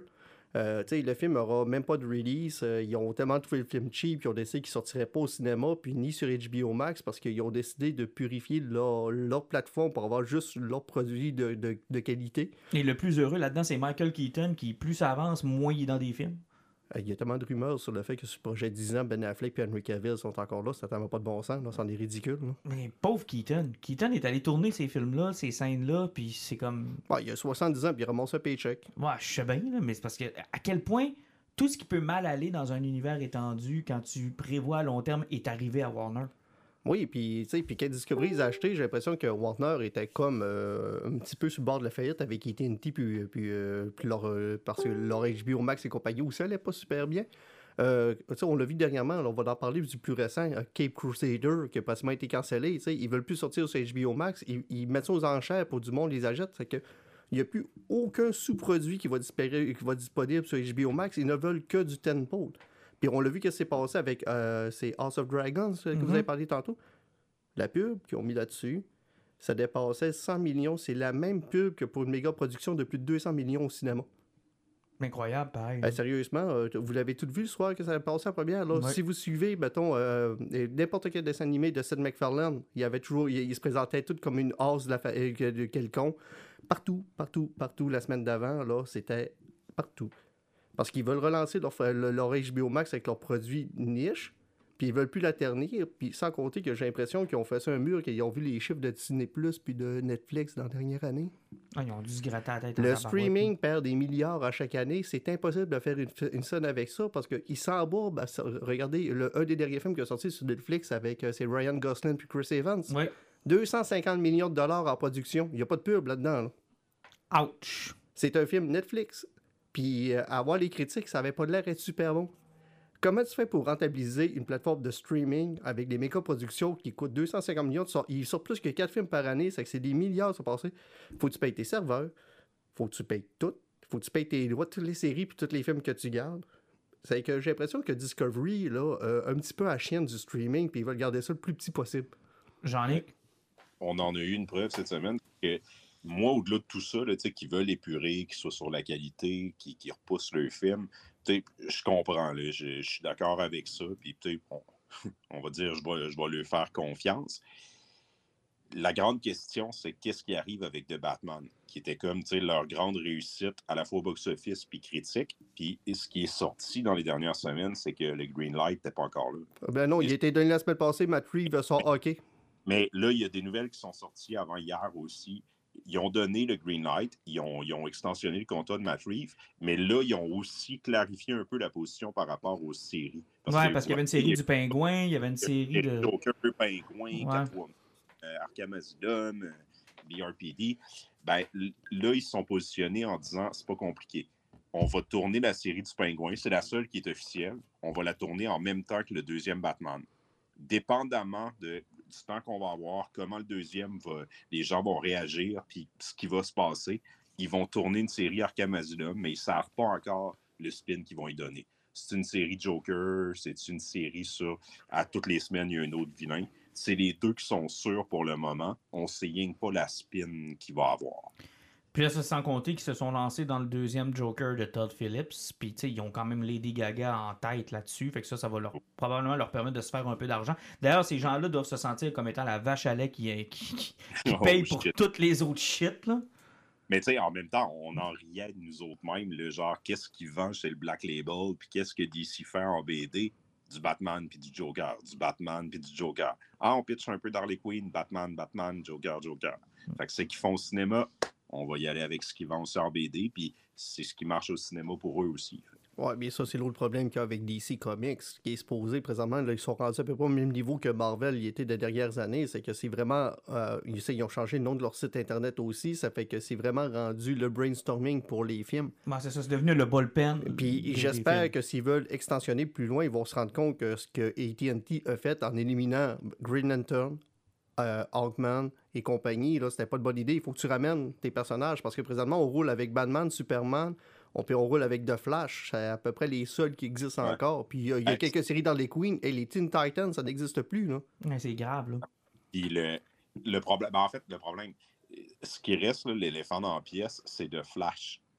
Euh, tu sais, le film n'aura même pas de release. Euh, ils ont tellement trouvé le film cheap qu'ils ont décidé qu'il ne sortirait pas au cinéma, puis ni sur H B O Max, parce qu'ils ont décidé de purifier leur, leur plateforme pour avoir juste leurs produits de, de, de qualité. Et le plus heureux là-dedans, c'est Michael Keaton, qui plus ça avance, moins il est dans des films. Euh, Il y a tellement de rumeurs sur le fait que sur le projet dix ans, Ben Affleck et Henry Cavill sont encore là. Ça n'a tellement pas de bon sens. Là. C'en est ridicule. Là. Mais pauvre Keaton. Keaton est allé tourner ces films-là, ces scènes-là, puis c'est comme... Ouais, il a soixante-dix ans, puis il ramasse un paycheck. Ouais, je sais bien, là, mais c'est parce que à quel point tout ce qui peut mal aller dans un univers étendu, quand tu prévois à long terme, est arrivé à Warner. Oui, puis tu sais, puis quand Discovery les a achetés, j'ai l'impression que Warner était comme euh, un petit peu sur le bord de la faillite avec A T and T, puis, puis, euh, puis leur, euh, parce que leur H B O Max et compagnie aussi allait pas super bien. Euh, on l'a vu dernièrement, là, on va en parler du plus récent, euh, Cape Crusader, qui a pratiquement été cancellé. Ils veulent plus sortir sur H B O Max, ils, ils mettent ça aux enchères pour du monde les achète. C'est que il n'y a plus aucun sous-produit qui va, disparaître, qui va être disponible sur H B O Max. Ils ne veulent que du tentpole. Puis on l'a vu que c'est passé avec euh, c'est House of Dragons que mm-hmm. vous avez parlé tantôt. La pub qu'ils ont mis là-dessus, ça dépassait cent millions. C'est la même pub que pour une méga production de plus de deux cents millions au cinéma. Incroyable, pareil. Euh, sérieusement, euh, vous l'avez tout vu le soir que ça a passé en première. Là. Ouais. Si vous suivez, mettons, euh, n'importe quel dessin animé de Seth MacFarlane, il y avait toujours, il, il se présentait tout comme une hausse de, la fa... de quelconque. Partout, partout, partout. La semaine d'avant, là, c'était partout. Parce qu'ils veulent relancer leur, leur H B O Max avec leurs produits niche, puis ils veulent plus la ternir, puis sans compter que j'ai l'impression qu'ils ont fait ça un mur, qu'ils ont vu les chiffres de Disney plus puis de Netflix dans la dernière année. Ah, ils ont dû se gratter la tête. Le streaming ouais. perd des milliards à chaque année. C'est impossible de faire une, une scène avec ça parce qu'ils s'embourbent. Regardez, le, un des derniers films qui est sorti sur Netflix avec euh, c'est Ryan Gosling puis Chris Evans. Ouais. deux cent cinquante millions de dollars en production. Il n'y a pas de pub là-dedans. Là. Ouch! C'est un film Netflix. Puis euh, à voir les critiques, ça n'avait pas l'air d'être super bon. Comment tu fais pour rentabiliser une plateforme de streaming avec des méga-productions qui coûtent deux cent cinquante millions? Ils sortent plus que quatre films par année, c'est que c'est des milliards qui sont passés. Faut que tu payes tes serveurs, faut que tu payes tout, faut que tu payes tes droits de toutes les séries puis tous les films que tu gardes. C'est que j'ai l'impression que Discovery, là, euh, un petit peu à chienne du streaming, puis ils veulent garder ça le plus petit possible. Jean-Luc? On en a eu une preuve cette semaine que moi, au-delà de tout ça, là, qui veulent épurer, qui soient sur la qualité, qui, qui repoussent le film, je comprends, là, je, je suis d'accord avec ça, puis on, on va dire, je vais, je vais leur faire confiance. La grande question, c'est qu'est-ce qui arrive avec The Batman, qui était comme leur grande réussite à la fois au box-office puis critique, puis ce qui est sorti dans les dernières semaines, c'est que le green light n'était pas encore là. Ben non, il a été donné la semaine passée, Matt Reeves sort hockey. Mais là, il y a des nouvelles qui sont sorties avant hier aussi. Ils ont donné le green light, ils ont, ils ont extensionné le contrat de Matt Reeves, mais là, ils ont aussi clarifié un peu la position par rapport aux séries. Oui, parce, parce qu'il y avait une série du Pingouin, il y avait une série de... Joker, Pingouin, ouais. Catwoman, euh, Arkham Asylum, euh, B R P D. Ben, là, ils se sont positionnés en disant, c'est pas compliqué. On va tourner la série du Pingouin, c'est la seule qui est officielle. On va la tourner en même temps que le deuxième Batman. Dépendamment de... du temps qu'on va avoir, comment le deuxième va, les gens vont réagir, puis ce qui va se passer. Ils vont tourner une série Arkham Asylum, mais ils ne savent pas encore le spin qu'ils vont y donner. C'est une série Joker, c'est une série sur à toutes les semaines, il y a un autre vilain. C'est les deux qui sont sûrs pour le moment. On ne sait rien que pas la spin qu'il va avoir. Puis là, ça sans compter qu'ils se sont lancés dans le deuxième Joker de Todd Phillips. Puis, tu sais, ils ont quand même Lady Gaga en tête là-dessus. Fait que ça, ça va leur, probablement leur permettre de se faire un peu d'argent. D'ailleurs, ces gens-là doivent se sentir comme étant la vache à lait qui, qui, qui, qui oh, paye pour shit. Toutes les autres shit, là. Mais tu sais, en même temps, on en riait de nous autres mêmes. Le genre, qu'est-ce qu'ils vendent chez le Black Label? Puis qu'est-ce que D C fait en B D? Du Batman puis du Joker. Du Batman puis du Joker. Ah, on pitch un peu d'Harley Quinn, Batman, Batman, Joker, Joker. Fait que c'est qu'ils font au cinéma... On va y aller avec ce qu'ils vendent sur B D, puis c'est ce qui marche au cinéma pour eux aussi. Oui, mais ça, c'est l'autre problème qu'il y a avec D C Comics, qui est supposé présentement, là, ils sont rendus à peu près au même niveau que Marvel y était des dernières années. C'est que c'est vraiment. Euh, ils ont changé le nom de leur site internet aussi, ça fait que c'est vraiment rendu le brainstorming pour les films. Ben, c'est ça, c'est devenu le bullpen. Puis j'espère que s'ils veulent extensionner plus loin, ils vont se rendre compte que ce que A T and T a fait en éliminant Green Lantern, Euh, Hawkman et compagnie, là, c'était pas de bonne idée. Il faut que tu ramènes tes personnages parce que présentement, on roule avec Batman, Superman, on, puis on roule avec The Flash. C'est à peu près les seuls qui existent ouais. encore. Puis il euh, y a ouais. quelques séries dans les Queens et les Teen Titans, ça n'existe plus. Là. Ouais, c'est grave. Là. Puis le, le problème, ben en fait, le problème, ce qui reste, là, l'éléphant dans la pièce, c'est The Flash.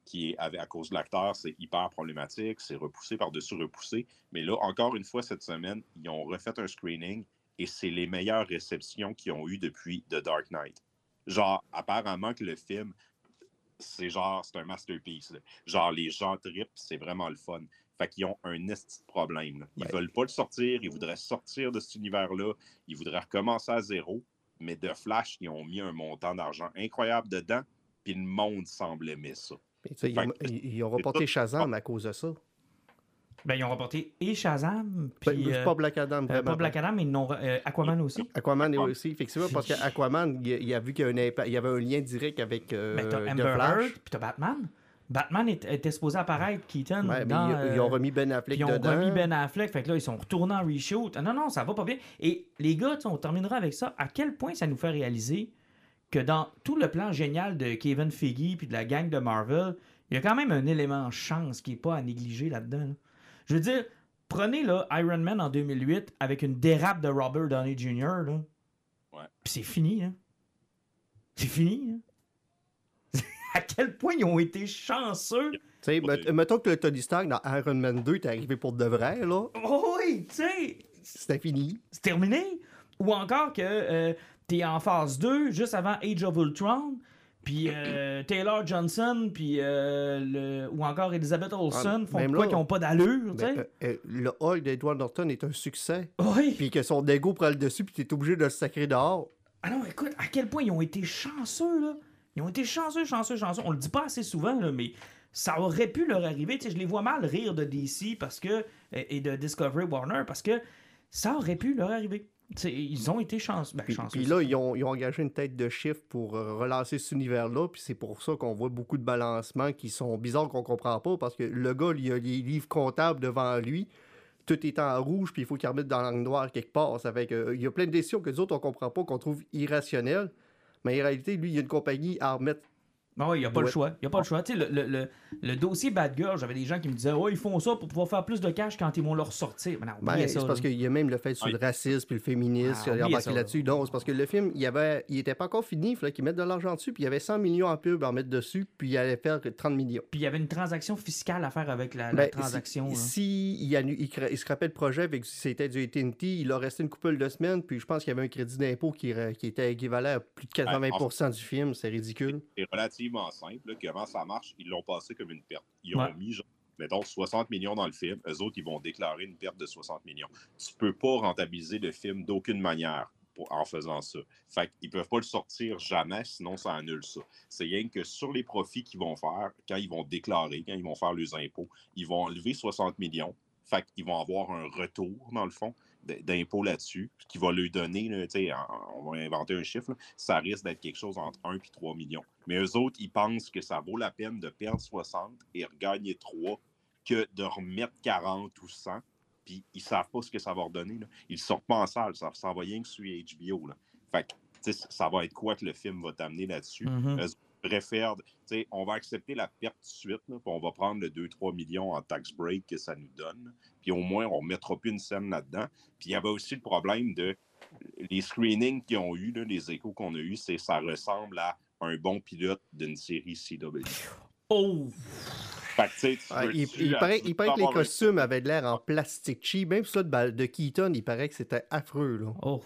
qui est, à cause de l'acteur, c'est hyper problématique, c'est repoussé par-dessus repoussé. Mais là, encore une fois, cette semaine, ils ont refait un screening et c'est les meilleures réceptions qu'ils ont eues depuis The Dark Knight. Genre, apparemment que le film, c'est genre, c'est un masterpiece. Là. Genre, les gens trippent, c'est vraiment le fun. Fait qu'ils ont un esti de problème. Là. Ils ouais. veulent pas le sortir, ils voudraient sortir de cet univers-là, ils voudraient recommencer à zéro, mais de Flash, ils ont mis un montant d'argent incroyable dedans, puis le monde semble aimer ça. Ils ont, ils, ils ont reporté Shazam à cause de ça. Ben, ils ont reporté et Shazam, puis... Ben, euh, pas Black Adam, vraiment. Euh, pas Black Adam, mais ils n'ont... Euh, Aquaman aussi. Aquaman est aussi, effectivement, parce qu'Aquaman, il, il a vu qu'il y, a un impa- il y avait un lien direct avec euh, Ben, t'as The Amber Flash. Heard, puis t'as Batman. Batman était, était supposé apparaître, Keaton, Ouais, dans... mais ils, euh, ils ont remis Ben Affleck Puis ils ont dedans. remis Ben Affleck, fait que là, ils sont retournés en reshoot. Ah non, non, ça va pas bien. Et les gars, on terminera avec ça. À quel point ça nous fait réaliser que dans tout le plan génial de Kevin Feige puis de la gang de Marvel, il y a quand même un élément chance qui n'est pas à négliger là-dedans. Là. Je veux dire, prenez là, Iron Man en deux mille huit avec une dérape de Robert Downey junior Là. Ouais. Puis c'est fini. Là. C'est fini. Là. À quel point ils ont été chanceux. Tu sais, met- mettons que le Tony Stark dans Iron Man deux t'es arrivé pour de vrai, là. Oh oui, tu sais. C'était fini. C'est terminé. Ou encore que euh, t'es en phase deux, juste avant Age of Ultron, puis euh, Taylor Johnson, puis euh, le... ou encore Elizabeth Olsen Ah, font même quoi là, qu'ils n'ont pas d'allure, tu Ben, sais. euh, euh, le Hulk d'Edward Norton est un succès. Oui. Puis que son ego prend le dessus, puis t'es obligé de le sacrer dehors. Ah non, écoute, à quel point ils ont été chanceux, là. Ils ont été chanceux, chanceux, chanceux. On le dit pas assez souvent, là, mais ça aurait pu leur arriver. Tu sais, je les vois mal rire de D C parce que, et de Discovery Warner parce que ça aurait pu leur arriver. T'sais, ils ont été chanceux. Ben, Puis, chanceux puis là, ils ont, ils ont engagé une tête de chiffre pour euh, relancer cet univers-là. Puis c'est pour ça qu'on voit beaucoup de balancements qui sont bizarres qu'on comprend pas. Parce que le gars, il a les livres comptables devant lui. Tout est en rouge, puis il faut qu'il remette dans l'angle noir quelque part. Ça fait que, euh, il y a plein de décisions que nous autres, on comprend pas, qu'on trouve irrationnelles. Mais en réalité, lui, il y a une compagnie à remettre. Ah oui, il n'y a pas Ouais. le choix. Il n'y a pas le choix. Tu sais, le, le, le, le dossier Bad Girl, j'avais des gens qui me disaient oh, ils font ça pour pouvoir faire plus de cash quand ils vont le ressortir. Mais non, Ben, oubliez c'est ça, parce là. qu'il y a même le fait sur Oui. le racisme puis le féminisme Ah, qui a oubliez embarqué ça, là-dessus. là. Non, c'est parce que le film, il avait, il était pas encore fini. Il fallait qu'ils mettent de l'argent dessus. Puis il y avait cent millions en pub à en mettre dessus. Puis il allait faire trente millions. Puis il y avait une transaction fiscale à faire avec la, la Ben, transaction. Si, là. si il, annu- il, cra- il scrapait le projet avec si c'était du A T and T, il leur restait une couple de semaines. Puis je pense qu'il y avait un crédit d'impôt qui, ra- qui était équivalent à plus de quatre-vingts pour cent du film. C'est ridicule. C'est relativement simple. Là, comment ça marche? Ils l'ont passé comme une perte. Ils ont Ouais. mis, genre, mettons, soixante millions dans le film. Eux autres, ils vont déclarer une perte de soixante millions. Tu peux pas rentabiliser le film d'aucune manière pour, en faisant ça. Fait qu'ils peuvent pas le sortir jamais, sinon ça annule ça. C'est rien que sur les profits qu'ils vont faire, quand ils vont déclarer, quand ils vont faire leurs impôts, ils vont enlever soixante millions. Fait qu'ils vont avoir un retour, dans le fond, d'impôts là-dessus, ce qui va leur donner, là, tu sais, on va inventer un chiffre, là, ça risque d'être quelque chose entre un et trois millions. Mais eux autres, ils pensent que ça vaut la peine de perdre soixante et regagner trois que de remettre quarante ou cent, puis ils savent pas ce que ça va redonner. Là. Ils sortent pas en salle, ça s'en va rien que sur H B O. Là. Fait que, tu sais, ça va être quoi que le film va t'amener là-dessus. Mhm. Eux préfèrent, tu sais, on va accepter la perte tout de suite, là, puis on va prendre le deux à trois millions en tax break que ça nous donne, là, puis au moins, on ne mettra plus une scène là-dedans. Puis il y avait aussi le problème de les screenings qu'ils ont eu, là, les échos qu'on a eus, c'est ça ressemble à un bon pilote d'une série C W. Oh! Fait que, tu sais, tu Ouais, veux- il, tu- il tu paraît, veux il paraît que les avoir un- costumes avaient de l'air en plastique cheap. Même ceux de, Ba- de Keaton, il paraît que c'était affreux. Là. Oh!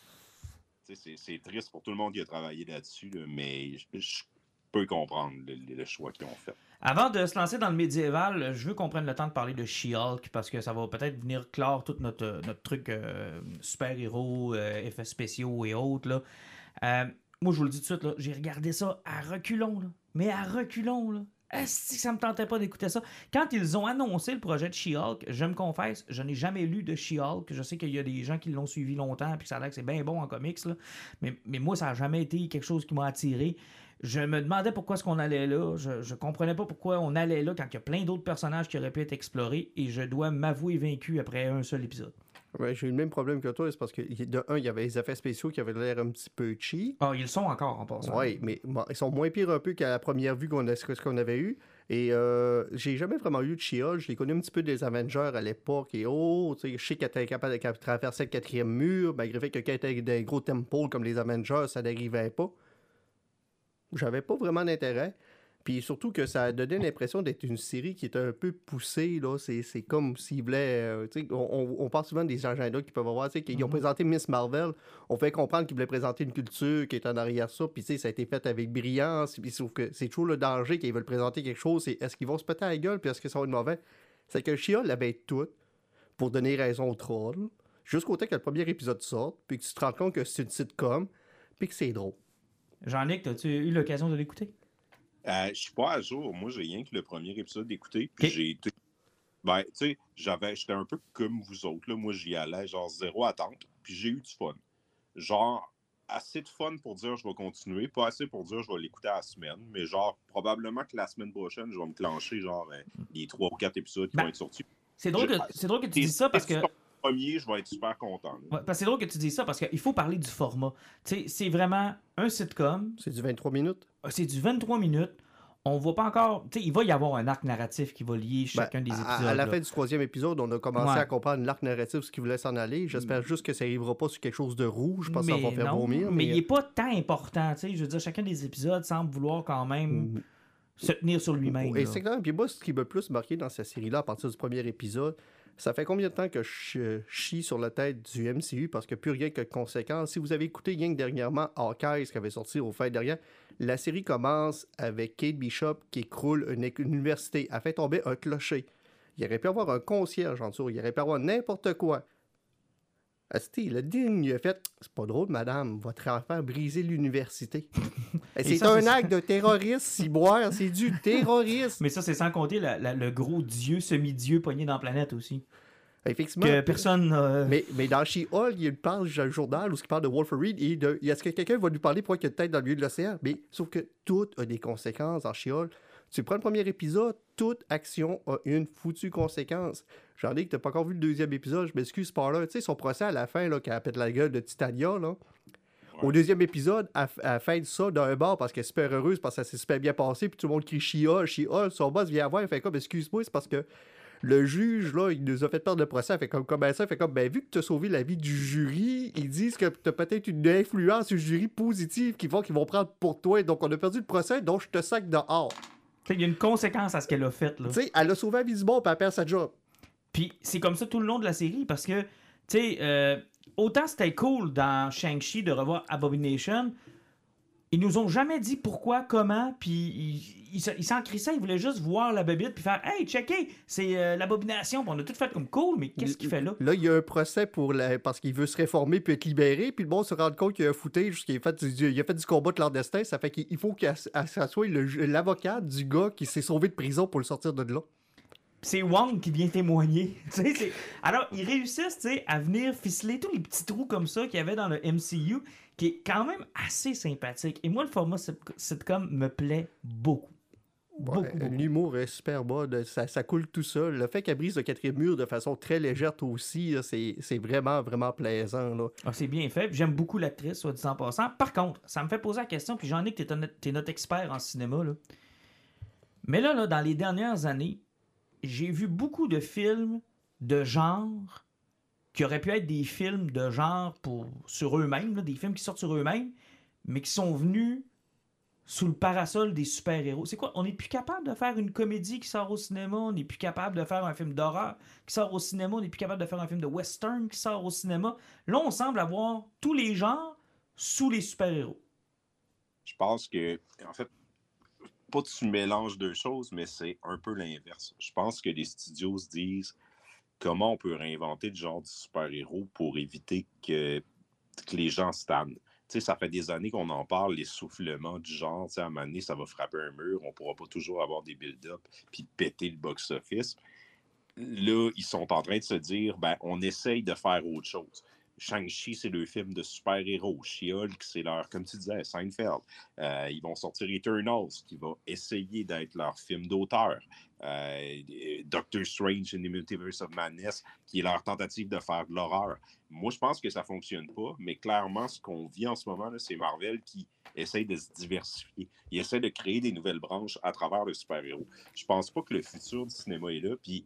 Tu sais, C'est c'est triste pour tout le monde qui a travaillé là-dessus, là, mais je, je peux comprendre le, le choix qu'ils ont fait. Avant de se lancer dans le médiéval, je veux qu'on prenne le temps de parler de She-Hulk parce que ça va peut-être venir clore tout notre, notre truc euh, super-héros, euh, effets spéciaux et autres. Là. Euh, moi, je vous le dis tout de suite, là, j'ai regardé ça à reculons, là. Mais à reculons. Là. Est-ce que ça me tentait pas d'écouter ça? Quand ils ont annoncé le projet de She-Hulk, je me confesse, je n'ai jamais lu de She-Hulk. Je sais qu'il y a des gens qui l'ont suivi longtemps et que ça a l'air que c'est bien bon en comics. Là. Mais, mais moi, ça n'a jamais été quelque chose qui m'a attiré. Je me demandais pourquoi est-ce qu'on allait là. Je, je comprenais pas pourquoi on allait là quand il y a plein d'autres personnages qui auraient pu être explorés. Et je dois m'avouer vaincu après un seul épisode. Ouais, j'ai eu le même problème que toi. C'est parce que, de un, il y avait les effets spéciaux qui avaient l'air un petit peu cheap. Ah, ils le sont encore en passant. Oui, mais bon, ils sont moins pires un peu qu'à la première vue qu'on a, ce qu'on avait eu. Et euh, j'ai jamais vraiment eu de She-Hulk. Je l'ai connu un petit peu des Avengers à l'époque. Et oh, tu sais, je sais qu'elle était capable de traverser le quatrième mur, malgré le fait que quand elle était des gros temples comme les Avengers, ça n'arrivait pas. J'avais pas vraiment d'intérêt. Puis surtout que ça a donné l'impression d'être une série qui est un peu poussée, là. C'est, c'est comme s'ils voulaient... euh, tu sais, on, on, on parle souvent des agendas qu'ils peuvent avoir, tu sais, qu'ils ont Mhm. présenté Miss Marvel. On fait comprendre qu'ils voulaient présenter une culture qui est en arrière ça, puis tu sais, ça a été fait avec brillance, puis sauf que c'est toujours le danger qu'ils veulent présenter quelque chose, c'est est-ce qu'ils vont se péter à la gueule, puis est-ce que ça va être mauvais? C'est que She-Hulk l'avait tout pour donner raison aux trolls, jusqu'au temps que le premier épisode sorte, puis que tu te rends compte que c'est une sitcom, puis que c'est drôle. Jean-Nic, as-tu eu l'occasion de l'écouter? Euh, je suis pas à jour. Moi, j'ai rien que le premier épisode d'écouter. Puis Ok. j'ai été. Ben, tu sais, j'avais, j'étais un peu comme vous autres. Là. Moi, j'y allais, genre zéro attente. Puis j'ai eu du fun. Genre, assez de fun pour dire je vais continuer. Pas assez pour dire je vais l'écouter à la semaine. Mais genre, probablement que la semaine prochaine, je vais me clencher, genre, euh, les trois ou quatre épisodes qui Ben, vont être sortis. C'est drôle, Je- que, c'est drôle que tu Et dises ça parce si que... c'est ton premier, je vais être super content. là. Ouais, parce que c'est drôle que tu dises ça parce qu'il faut parler du format. Tu sais, c'est vraiment un sitcom, C'est du vingt-trois minutes. c'est du vingt-trois minutes. On voit pas encore. Tu sais, il va y avoir un arc narratif qui va lier chacun Ben, des à- épisodes. À, la là. fin du troisième épisode, on a commencé Ouais. à comprendre l'arc narratif, ce qui voulait s'en aller. J'espère juste que ça n'arrivera pas sur quelque chose de rouge. Je pense que ça va faire non, vomir. mais il n'est pas tant important. Tu sais, je veux dire, chacun des épisodes semble vouloir quand même Mm. se tenir sur lui-même. Et là. c'est clair. Puis moi, ce qui m'a le plus marqué dans cette série-là, à partir du premier épisode, ça fait combien de temps que je chie sur la tête du M C U parce que plus rien que de conséquences. Si vous avez écouté rien que dernièrement Hawkeye, ce qui avait sorti au fait derrière, la série commence avec Kate Bishop qui écroule une, éc- une université. Elle fait tomber un clocher. Il aurait pu avoir un concierge en dessous. Il aurait pu avoir n'importe quoi. Asti, le digne, il a fait « C'est pas drôle, madame, votre enfant a brisé l'université. » Et C'est ça, un c'est- acte de terrorisme, ciboire, c'est du terrorisme. Mais ça, c'est sans compter la- la- le gros dieu, semi-dieu pogné dans la planète aussi. Effectivement. Que personne. euh, Mais, mais dans She-Hulk, il y a une page dans le journal où il parle de Wolverine et de, est-ce que quelqu'un va lui parler pourquoi il y a une tête dans le milieu de l'océan? Mais sauf que tout a des conséquences dans She-Hulk. Tu prends le premier épisode, toute action a une foutue conséquence. J'en ai que t'as pas encore vu le deuxième épisode, je m'excuse par là. Tu sais, son procès à la fin, là, quand elle pète la gueule de Titania, là. Au deuxième épisode, elle, f- elle fait ça d'un bar parce qu'elle est super heureuse, parce que ça s'est super bien passé, puis tout le monde crie She-Hulk, She-Hulk. Son boss vient voir, il fait comme, excuse-moi, c'est parce que le juge, là, il nous a fait perdre le procès. Il fait comme, comme ça, il fait comme, ben, vu que tu as sauvé la vie du jury, ils disent que tu as peut-être une influence sur le jury positive qu'ils vont, qu'ils vont prendre pour toi. Donc, on a perdu le procès, donc je te sac dehors. tu sais, il y a une conséquence à ce qu'elle a fait. Là. Tu sais, elle a sauvé la vie du monde, puis elle perd sa job. Puis c'est comme ça tout le long de la série parce que, tu sais, euh, autant c'était cool dans Shang-Chi de revoir Abomination, ils nous ont jamais dit pourquoi, comment, puis ils, ils, se- ils s'en crissaient, ils voulaient juste voir la bébite puis faire « Hey, checkez, c'est euh, l'abomination. » Puis on a tout fait comme cool, mais qu'est-ce qu'il fait là? Là, il y a un procès pour la... parce qu'il veut se réformer puis être libéré, puis le monde se rend compte qu'il a un footage, qu'il a fait du, il a fait du combat clandestin, ça fait qu'il faut qu'il soit l'avocat du gars qui s'est sauvé de prison pour le sortir de là. C'est Wong qui vient témoigner. Tu sais, c'est- Alors, ils réussissent tu sais, à venir ficeler tous les petits trous comme ça qu'il y avait dans le M C U, qui est quand même assez sympathique. Et moi, le format sit- sitcom me plaît beaucoup. Beaucoup, Ouais, beaucoup. L'humour est super bon, de- ça, ça coule tout seul. Le fait qu'elle brise le quatrième mur de façon très légère aussi, là, c'est c'est vraiment, vraiment plaisant. Là. Ah, c'est bien fait. Puis J'aime beaucoup l'actrice, soit dit en passant. Par contre, ça me fait poser la question, puis j'en ai que t'es un- t'es notre expert en cinéma. Là. Mais là, là, dans les dernières années, j'ai vu beaucoup de films de genre qui auraient pu être des films de genre pour, sur eux-mêmes, là, des films qui sortent sur eux-mêmes, mais qui sont venus sous le parasol des super-héros. C'est quoi? On n'est plus capable de faire une comédie qui sort au cinéma, on n'est plus capable de faire un film d'horreur qui sort au cinéma, on n'est plus capable de faire un film de western qui sort au cinéma. Là, on semble avoir tous les genres sous les super-héros. Je pense que, en fait, pas que tu mélanges deux choses, mais c'est un peu l'inverse. Je pense que les studios se disent comment on peut réinventer le genre de super-héros pour éviter que, que les gens stannent. Tu sais, ça fait des années qu'on en parle, l'essoufflement du genre. Tu sais, à un moment donné, ça va frapper un mur, on ne pourra pas toujours avoir des build-up puis péter le box-office. Là, ils sont en train de se dire, ben, on essaye de faire autre chose. Shang-Chi, c'est le film de super-héros. She-Hulk, c'est leur, comme tu disais, Seinfeld. Euh, ils vont sortir Eternals, qui va essayer d'être leur film d'auteur. Euh, Doctor Strange in the Multiverse of Madness, qui est leur tentative de faire de l'horreur. Moi, je pense que ça ne fonctionne pas, mais clairement, ce qu'on vit en ce moment, là, c'est Marvel qui essaye de se diversifier. Il essaie de créer des nouvelles branches à travers le super-héros. Je pense pas que le futur du cinéma est là, puis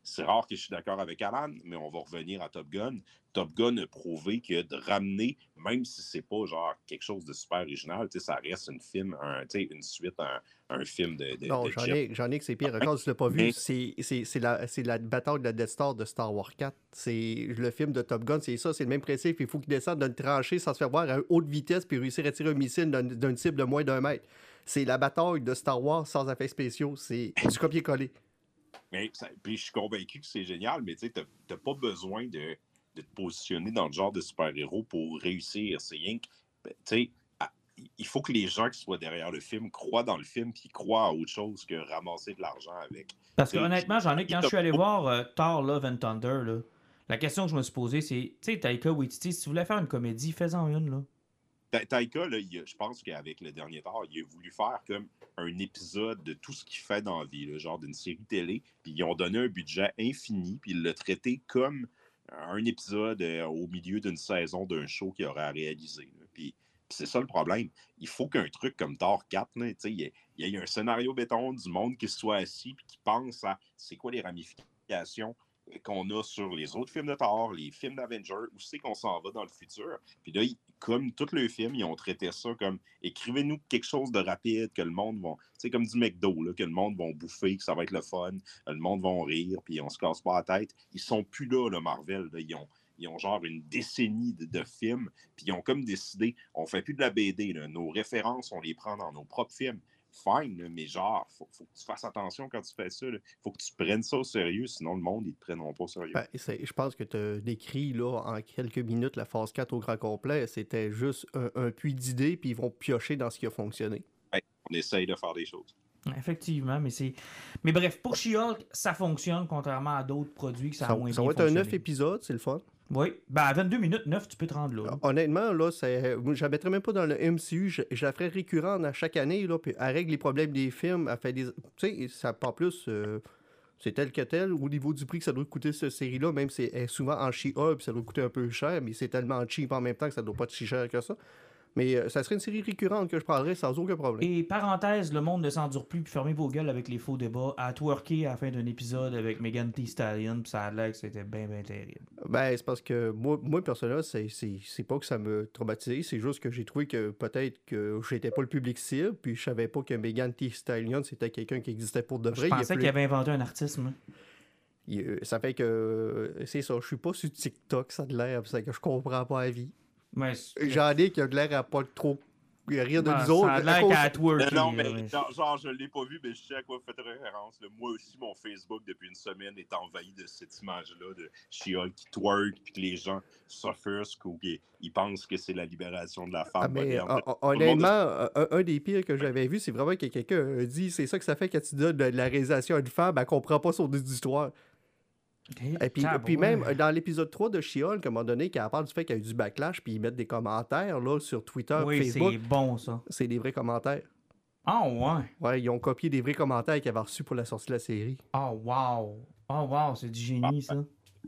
c'est rare que je suis d'accord avec Alan, mais on va revenir à Top Gun. Top Gun a prouvé que de ramener, même si c'est pas genre quelque chose de super original, ça reste une film, un, une suite, un, un film de, de Non, de j'en jet. ai, j'en ai que c'est pire. Encore, si tu l'as pas vu, c'est, c'est, c'est, la, c'est la bataille de la Death Star de Star Wars quatre. C'est le film de Top Gun, c'est ça, c'est le même principe. Il faut qu'il descende d'une tranchée sans se faire voir à haute vitesse puis réussir à tirer un missile d'un, d'une cible de moins d'un mètre. C'est la bataille de Star Wars sans effets spéciaux. C'est du copier-coller. Mais ça, puis je suis convaincu que c'est génial, mais tu sais, t'as pas besoin de, de te positionner dans le genre de super-héros pour réussir. C'est rien que, tu sais, il faut que les gens qui soient derrière le film croient dans le film puis croient à autre chose que ramasser de l'argent avec. Parce que honnêtement, j'en ai quand je suis allé voir euh, Thor Love and Thunder, là, la question que je me suis posée, c'est, tu sais, Taika Waititi, si tu voulais faire une comédie, fais-en une, là. Taika, là, il a, je pense qu'avec le dernier Thor, il a voulu faire comme un épisode de tout ce qu'il fait dans la vie, là, genre d'une série télé, puis ils ont donné un budget infini, puis il l'a traité comme un épisode euh, au milieu d'une saison d'un show qu'il aurait à réaliser. Là. Puis, puis c'est ça le problème. Il faut qu'un truc comme Thor quatre, là, il y, y ait un scénario béton du monde qui se soit assis puis qui pense à c'est quoi les ramifications qu'on a sur les autres films de Thor, les films d'Avengers, où c'est qu'on s'en va dans le futur. Puis là, ils, comme tous les films, ils ont traité ça comme écrivez-nous quelque chose de rapide, que le monde va. Tu sais, comme du McDo, là, que le monde va bouffer, que ça va être le fun, le monde va rire, puis on se casse pas la tête. Ils sont plus là, le Marvel. Là. Ils, ont, ils ont genre une décennie de, de films, puis ils ont comme décidé, on fait plus de la B D. Là. Nos références, on les prend dans nos propres films. Fine, là, mais genre, faut, faut que tu fasses attention quand tu fais ça. Il faut que tu prennes ça au sérieux, sinon le monde, ils te prendront pas au sérieux. Ben, c'est, je pense que tu as décrit là, en quelques minutes la phase quatre au grand complet. C'était juste un, un puits d'idées, puis ils vont piocher dans ce qui a fonctionné. Ouais, on essaye de faire des choses. Effectivement, mais c'est. Mais bref, pour She-Hulk, ça fonctionne, contrairement à d'autres produits que ça a Ça, moins ça bien va être un fonctionné. neuf épisodes, c'est le fun. Oui, ben à vingt-deux minutes, neuf, tu peux te rendre là. Honnêtement, là, c'est, je la mettrais même pas dans le M C U. Je, je la ferais récurrente à chaque année, là, puis elle règle les problèmes des films. Elle fait des. Tu sais, ça pas plus. Euh, c'est tel que tel. Au niveau du prix que ça doit coûter cette série-là, même si elle est souvent en She-Hulk, ça doit coûter un peu cher, mais c'est tellement cheap en même temps que ça doit pas être si cher que ça. Mais euh, ça serait une série récurrente que je prendrais sans aucun problème. Et parenthèse, le monde ne s'endure plus, puis fermez vos gueules avec les faux débats. À twerker à la fin d'un épisode avec Megan Thee Stallion, puis ça a l'air que c'était bien, bien terrible. Ben, c'est parce que moi, moi personnellement, c'est, c'est, c'est pas que ça me traumatisait, c'est juste que j'ai trouvé que peut-être que j'étais pas le public cible, puis je savais pas que Megan Thee Stallion, c'était quelqu'un qui existait pour de vrai. Je pensais il qu'il avait inventé un artiste, moi. Il, ça fait que, c'est ça, je suis pas sur TikTok, ça a de l'air, c'est que je comprends pas la vie. Ouais, J'en ai qui a de l'air à pas trop rire de ouais, nous autres. Ça a l'air qu'à twerker. Non, mais ouais. genre, genre, je l'ai pas vu, mais je sais à quoi vous faites référence. Là. Moi aussi, mon Facebook, depuis une semaine, est envahi de cette image-là de She-Hulk qui twerk, puis que les gens s'offusquent ou qu'ils ils pensent que c'est la libération de la femme. Ah, mais moderne. hon- honnêtement, un, un des pires que j'avais vu, c'est vraiment que quelqu'un a dit c'est ça que ça fait quand tu donnes de la réalisation à une femme, elle comprend pas son histoire. Et puis, Ah, puis bon, même ouais. dans l'épisode trois de She-Hulk, à un moment donné, quand elle parle du fait qu'il y a eu du backlash, puis ils mettent des commentaires là, sur Twitter, Oui, Facebook, c'est bon, ça. c'est des vrais commentaires. Ah, ouais. Ouais, ils ont copié des vrais commentaires qu'ils avaient reçus pour la sortie de la série. Ah, wow. Ah, wow, c'est du génie, ça.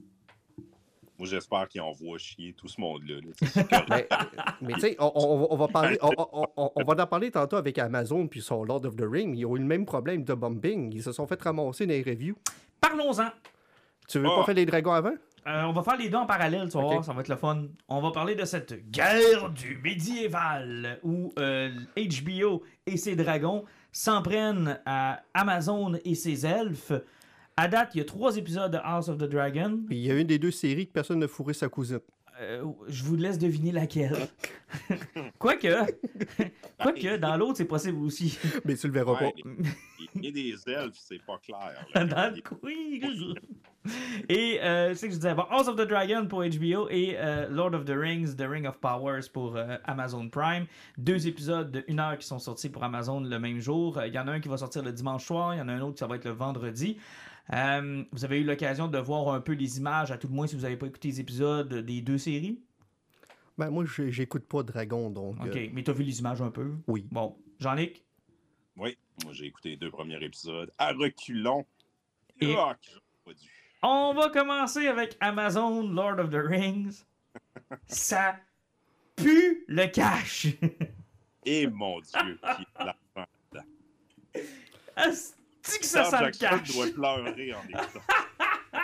Moi, j'espère qu'ils envoient chier tout ce monde-là. Là. C'est correct. Mais, mais tu sais, on, on- on va parler, on, on- on- on va en parler tantôt avec Amazon puis son Lord of the Rings. Ils ont eu le même problème de bombing. Ils se sont fait ramasser dans les reviews. Parlons-en. Tu veux Ah. pas faire les dragons avant? Euh, on va faire les deux en parallèle, tu vas Ok. voir, ça va être le fun. On va parler de cette guerre du médiéval où euh, H B O et ses dragons s'en prennent à Amazon et ses elfes. À date, il y a trois épisodes de House of the Dragon. Puis il y a une des deux séries que personne n'a fourré sa cousine. Euh, je vous laisse deviner laquelle. Quoique, quoique, dans l'autre, c'est possible aussi. Mais tu le verras Ouais, pas. Il y a des elfes, c'est pas clair. Là. Dans le quiz. Et euh, c'est que je disais, bon, House of the Dragon pour H B O et euh, Lord of the Rings, The Ring of Powers pour euh, Amazon Prime. Deux épisodes de une heure qui sont sortis pour Amazon le même jour. Il y en a un qui va sortir le dimanche soir, il y en a un autre qui ça va être le vendredi. Euh, vous avez eu l'occasion de voir un peu les images, à tout le moins si vous n'avez pas écouté les épisodes des deux séries. Ben moi, j'ai- j'écoute pas Dragon, donc... Ok, euh, mais t'as vu les images un peu? oui. Bon, Jean-Luc? Oui, moi j'ai écouté les deux premiers épisodes à reculons. Et- Ah, que j'aurais pas dû. On va commencer avec Amazon Lord of the Rings. Ça pue le cash. Et mon Dieu, qui est l'argent. Asti que ça Sam sent le Jackson cash. doit pleurer en écoutant.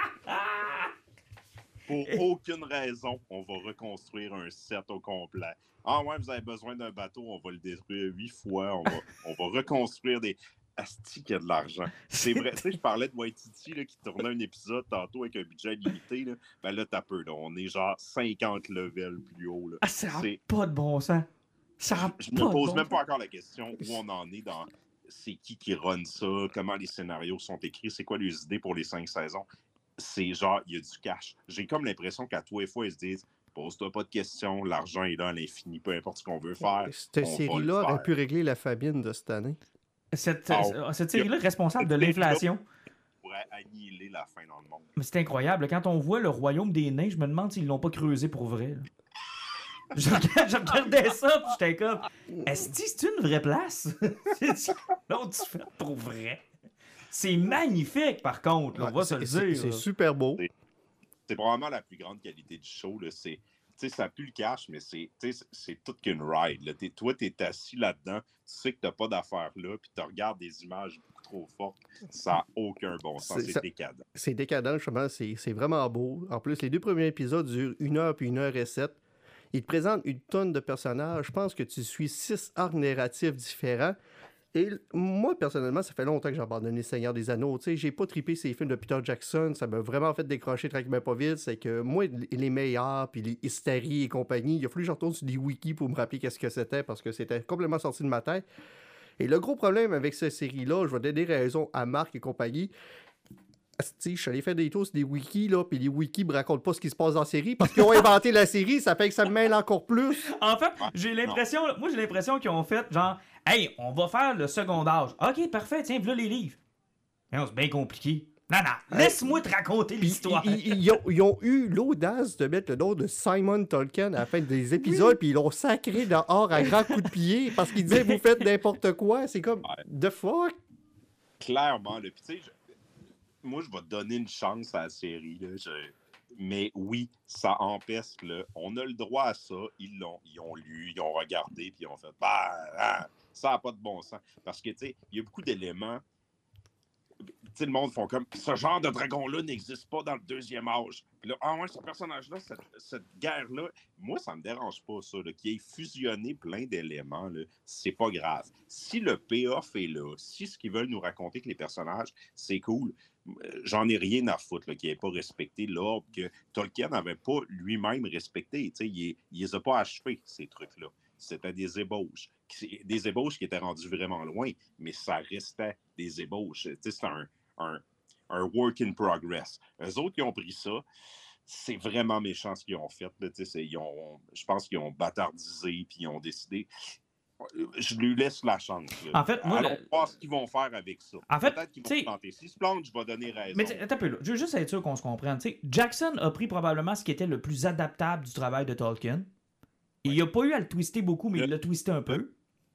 Pour aucune raison, on va reconstruire un set au complet. Ah ouais, vous avez besoin d'un bateau, on va le détruire huit fois, on va, on va reconstruire des... Asti qu'il y a de l'argent. C'est vrai, tu sais, je parlais de Waititi là, qui tournait un épisode tantôt avec un budget limité. Là. Ben là, t'as peu, là. On est genre cinquante levels plus haut. Là. Ah, ça n'a pas de bon sens. Ça a je pas je me pose de bon même sens. pas encore la question où on en est dans c'est qui qui run ça, comment les scénarios sont écrits, c'est quoi les idées pour les cinq saisons. C'est genre, il y a du cash. J'ai comme l'impression qu'à tous les fois, ils se disent pose-toi pas de questions, l'argent est là à l'infini, peu importe ce qu'on veut faire. Cette série-là aurait pu régler la famine de cette année. Cette, Oh. cette série-là est responsable de l'inflation. Pourrait annihiler la faim dans le monde. Mais c'est incroyable. Quand on voit le royaume des nains, je me demande s'ils l'ont pas creusé pour vrai. Je, regardais, je regardais ça, puis j'étais comme, est-ce que c'est une vraie place? C'est l'autre fait pour vrai. C'est magnifique, par contre. Là, on va Ouais, se le c'est- dire. C'est là. super beau. C'est probablement la plus grande qualité du show. Là. C'est, tu sais, ça pue le cash, mais c'est, tu sais, c'est toute qu'une ride. Là. T'es, toi, tu es assis là-dedans, tu sais que tu n'as pas d'affaires là, puis tu regardes des images beaucoup trop fortes. Ça n'a aucun bon sens. C'est- C'est ça- décadent. C'est décadent, justement. C'est c'est vraiment beau. En plus, les deux premiers épisodes durent une heure puis une heure et sept. Ils te présentent une tonne de personnages. Je pense que tu suis six arcs narratifs différents. Et moi, personnellement, ça fait longtemps que j'ai abandonné Seigneur des Anneaux. Tu sais, j'ai pas trippé ces films de Peter Jackson. Ça m'a vraiment fait décrocher tranquillement pas vite. C'est que moi, les meilleurs, puis les Hysterie et compagnie, il a fallu que je retourne sur des wikis pour me rappeler qu'est-ce que c'était parce que c'était complètement sorti de ma tête. Et le gros problème avec cette série-là, je vais donner raison à Marc et compagnie. Asti, je suis allé faire des tours sur des wikis, là, puis les wikis me racontent pas ce qui se passe dans la série parce qu'ils ont inventé la série, ça fait que ça me mêle encore plus. En fait, j'ai l'impression, moi j'ai l'impression qu'ils ont fait genre, hey, on va faire le second âge. Ok, parfait, tiens, voilà les livres. Non, c'est bien compliqué. Non, non, laisse-moi te raconter Ils, l'histoire. ils- ils- ils ont, ils ont eu l'audace de mettre le nom de Simon Tolkien à la fin des épisodes, puis ils l'ont sacré dehors à grands coups de pied parce qu'ils disaient vous faites n'importe quoi. C'est comme, Ouais. the fuck? Clairement. Là. Puis, tu sais, je- moi, je vais donner une chance à la série. Là. Je- Mais oui, ça empêche. Là. On a le droit à ça. Ils l'ont. Ils ont lu, ils ont regardé, puis ils ont fait bah, ah, ça n'a pas de bon sens. Parce que, tu sais, il y a beaucoup d'éléments. Tu sais, le monde font comme ce genre de dragon-là n'existe pas dans le deuxième âge. Puis là, ah ouais, ce personnage-là, cette, cette guerre-là, moi, ça me dérange pas, ça. Là, qu'il ait fusionné plein d'éléments, là, c'est pas grave. Si le payoff est là, si ce qu'ils veulent nous raconter que les personnages, c'est cool, euh, j'en ai rien à foutre là, qu'ils n'aient pas respecté l'ordre que Tolkien n'avait pas lui-même respecté. Tu sais, il ne les a pas achevés, ces trucs-là. C'était des ébauches. Des ébauches qui étaient rendues vraiment loin, mais ça restait des ébauches. Tu sais, c'est un, un, un work in progress. Eux autres qui ont pris ça, c'est vraiment méchant ce qu'ils ont fait. Là, tu sais, ils ont, je pense qu'ils ont bâtardisé puis ils ont décidé. Je lui laisse la chance. Là. En fait, moi, Allons le- voir ce qu'ils vont faire avec ça. En fait, Peut-être qu'ils vont tu sais- se planter. S'ils se plantent, je vais donner raison. Mais t'sais, attends un peu là. Je veux juste être sûr qu'on se comprenne. T'sais, Jackson a pris probablement ce qui était le plus adaptable du travail de Tolkien. Et il n'a pas eu à le twister beaucoup, mais il l'a twisté un peu.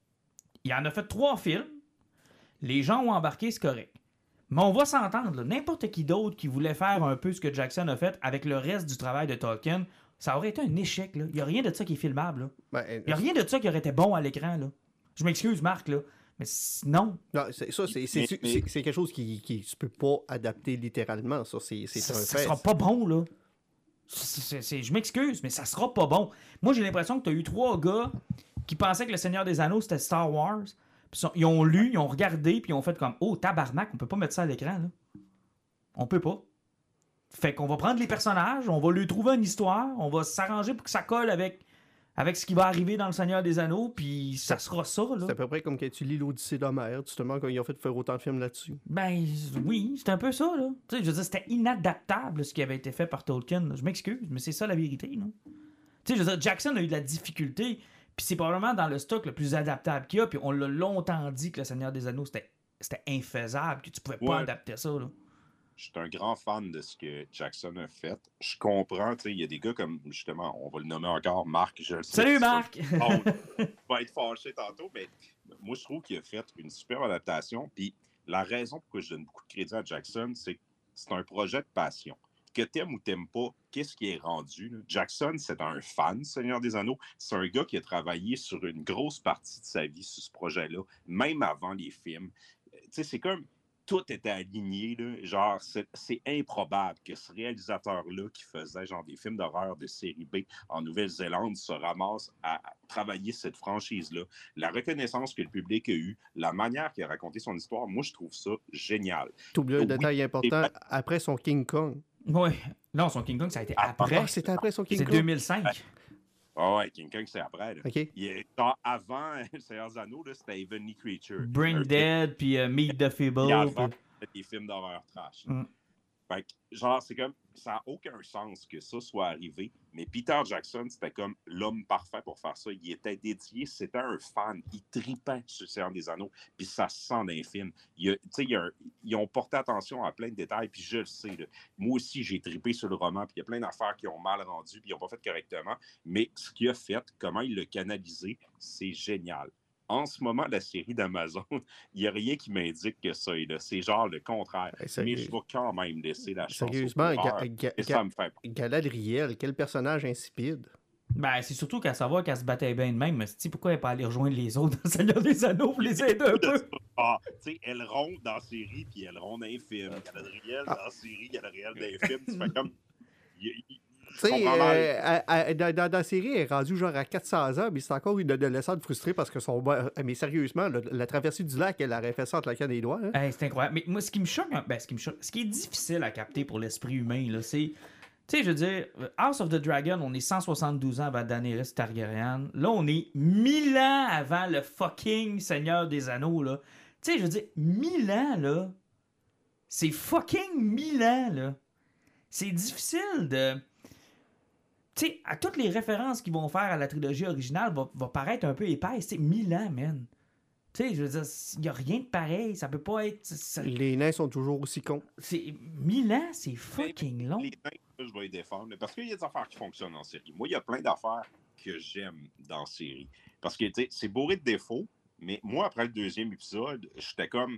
Il en a fait trois films. Les gens ont embarqué, c'est correct. Mais on va s'entendre, là. N'importe qui d'autre qui voulait faire un peu ce que Jackson a fait avec le reste du travail de Tolkien, ça aurait été un échec. Là. Il n'y a rien de ça qui est filmable. Là. Ben, Il n'y a rien de ça qui aurait été bon à l'écran. Là. Je m'excuse, Marc, là. Mais c- non. non, c'est- ça, c'est c'est- Mais- c'est- mais- c'est- c'est quelque chose qui, qui tu peux pas adapter littéralement. Ça, c'est c'est Ça, un ça fait. sera pas bon, là. C'est- c'est- c'est- je m'excuse, mais ça sera pas bon. Moi, j'ai l'impression que tu as eu trois gars qui pensaient que Le Seigneur des Anneaux, c'était Star Wars. Puis sont- ils ont lu, ils ont regardé, puis ils ont fait comme « Oh, tabarnak, on peut pas mettre ça à l'écran, là. On peut pas. » Fait qu'on va prendre les personnages, on va lui trouver une histoire, on va s'arranger pour que ça colle avec, avec ce qui va arriver dans Le Seigneur des Anneaux, puis ça sera ça, là. C'est à peu près comme quand tu lis l'Odyssée d'Homère, justement, quand ils ont fait faire autant de films là-dessus. Ben oui, c'est un peu ça, là. Tu sais, je veux dire, c'était inadaptable ce qui avait été fait par Tolkien. là. Je m'excuse, mais c'est ça la vérité, là. Tu sais, je veux dire, Jackson a eu de la difficulté, puis c'est probablement dans le stock le plus adaptable qu'il y a, puis on l'a longtemps dit que Le Seigneur des Anneaux, c'était, c'était infaisable, que tu pouvais pas Ouais. adapter ça, là. Je suis un grand fan de ce que Jackson a fait. Je comprends, tu sais, il y a des gars comme, justement, on va le nommer encore, Marc, je le sais. Salut, c'est sûr. Marc! Oh, il va être fâché tantôt, mais moi, je trouve qu'il a fait une super adaptation. Puis la raison pourquoi je donne beaucoup de crédit à Jackson, c'est que c'est un projet de passion. Que t'aimes ou t'aimes pas, qu'est-ce qui est rendu? Là? Jackson, c'est un fan, Seigneur des Anneaux. C'est un gars qui a travaillé sur une grosse partie de sa vie sur ce projet-là, même avant les films. Tu sais, c'est comme tout était aligné. Là. Genre, c'est, c'est improbable que ce réalisateur-là qui faisait genre des films d'horreur de série B en Nouvelle-Zélande se ramasse à, à travailler cette franchise-là. La reconnaissance que le public a eue, la manière qu'il a raconté son histoire, moi, je trouve ça génial. T'oublies un Oui, détail important, c'est- après son King Kong. Oui. Non, son King Kong, ça a été Ah, après. Ah, c'était après son King C'est Kong? deux mille cinq. Ah ouais, King Kong, c'est après. Là. OK. Il est, genre, avant Le Seigneur des Anneaux, là, c'était Heavenly Creature. Brain Un Dead, puis euh, Meet the Puis Feeble. avant, puis- c'était des films d'horreur trash. Mm. Fait que, genre, c'est comme, ça n'a aucun sens que ça soit arrivé, mais Peter Jackson, c'était comme l'homme parfait pour faire ça. Il était dédié, c'était un fan, il tripait sur Le Seigneur des Anneaux, puis ça se sent dans les films. Il y a- tu sais, il y a un- ils ont porté attention à plein de détails, puis je le sais. Là. Moi aussi, j'ai trippé sur le roman, puis il y a plein d'affaires qui ont mal rendu, puis ils n'ont pas fait correctement, mais ce qu'il a fait, comment il l'a canalisé, c'est génial. En ce moment, la série d'Amazon, il n'y a rien qui m'indique que ça est là. C'est genre le contraire. Hey, sérieux- Mais je vais quand même laisser la chance Sérieusement, au Ga- coureur, Ga- et Ga- ça me fait Galadriel, quel personnage insipide. Ben, c'est surtout qu'à savoir qu'elle se battait bien de même. Mais c'est pourquoi elle n'est pas allée rejoindre les autres dans le Seigneur des Anneaux pour les aider un peu? Ah, tu sais, elle ronde dans la série, puis elle ronde dans les films. Galadriel dans la série, Galadriel dans les films. Tu fais comme... il- il- Tu sais, je comprends mal. euh, elle- elle- dans, dans- dans la série, elle est rendue genre à quatre cents ans, mais c'est encore une adolescente frustrée parce que son... Mais sérieusement, le- la traversée du lac, elle aurait fait ça en claquant des doigts. Hein? Hey, c'est incroyable. Mais moi, ce qui me choque, ben, ce qui me choque, ce qui est difficile à capter pour l'esprit humain, là, c'est. Tu sais, je veux dire, House of the Dragon, on est cent soixante-douze ans avant Daenerys Targaryen. Là, on est mille ans avant le fucking Seigneur des Anneaux, là. Tu sais, je veux dire, mille ans, là. C'est fucking mille ans, là. C'est difficile de. Tu sais, à toutes les références qu'ils vont faire à la trilogie originale va, va paraître un peu épaisse. C'est mille ans, man. Tu sais, je veux dire, il n'y a rien de pareil. Ça peut pas être. ça- Les nains sont toujours aussi cons. C'est mille ans, c'est fucking long. Les nains, là, je vais les défendre. Parce qu'il y a des affaires qui fonctionnent en série. Moi, il y a plein d'affaires que j'aime dans la série. Parce que, tu sais, c'est bourré de défauts, mais moi, après le deuxième épisode, j'étais comme...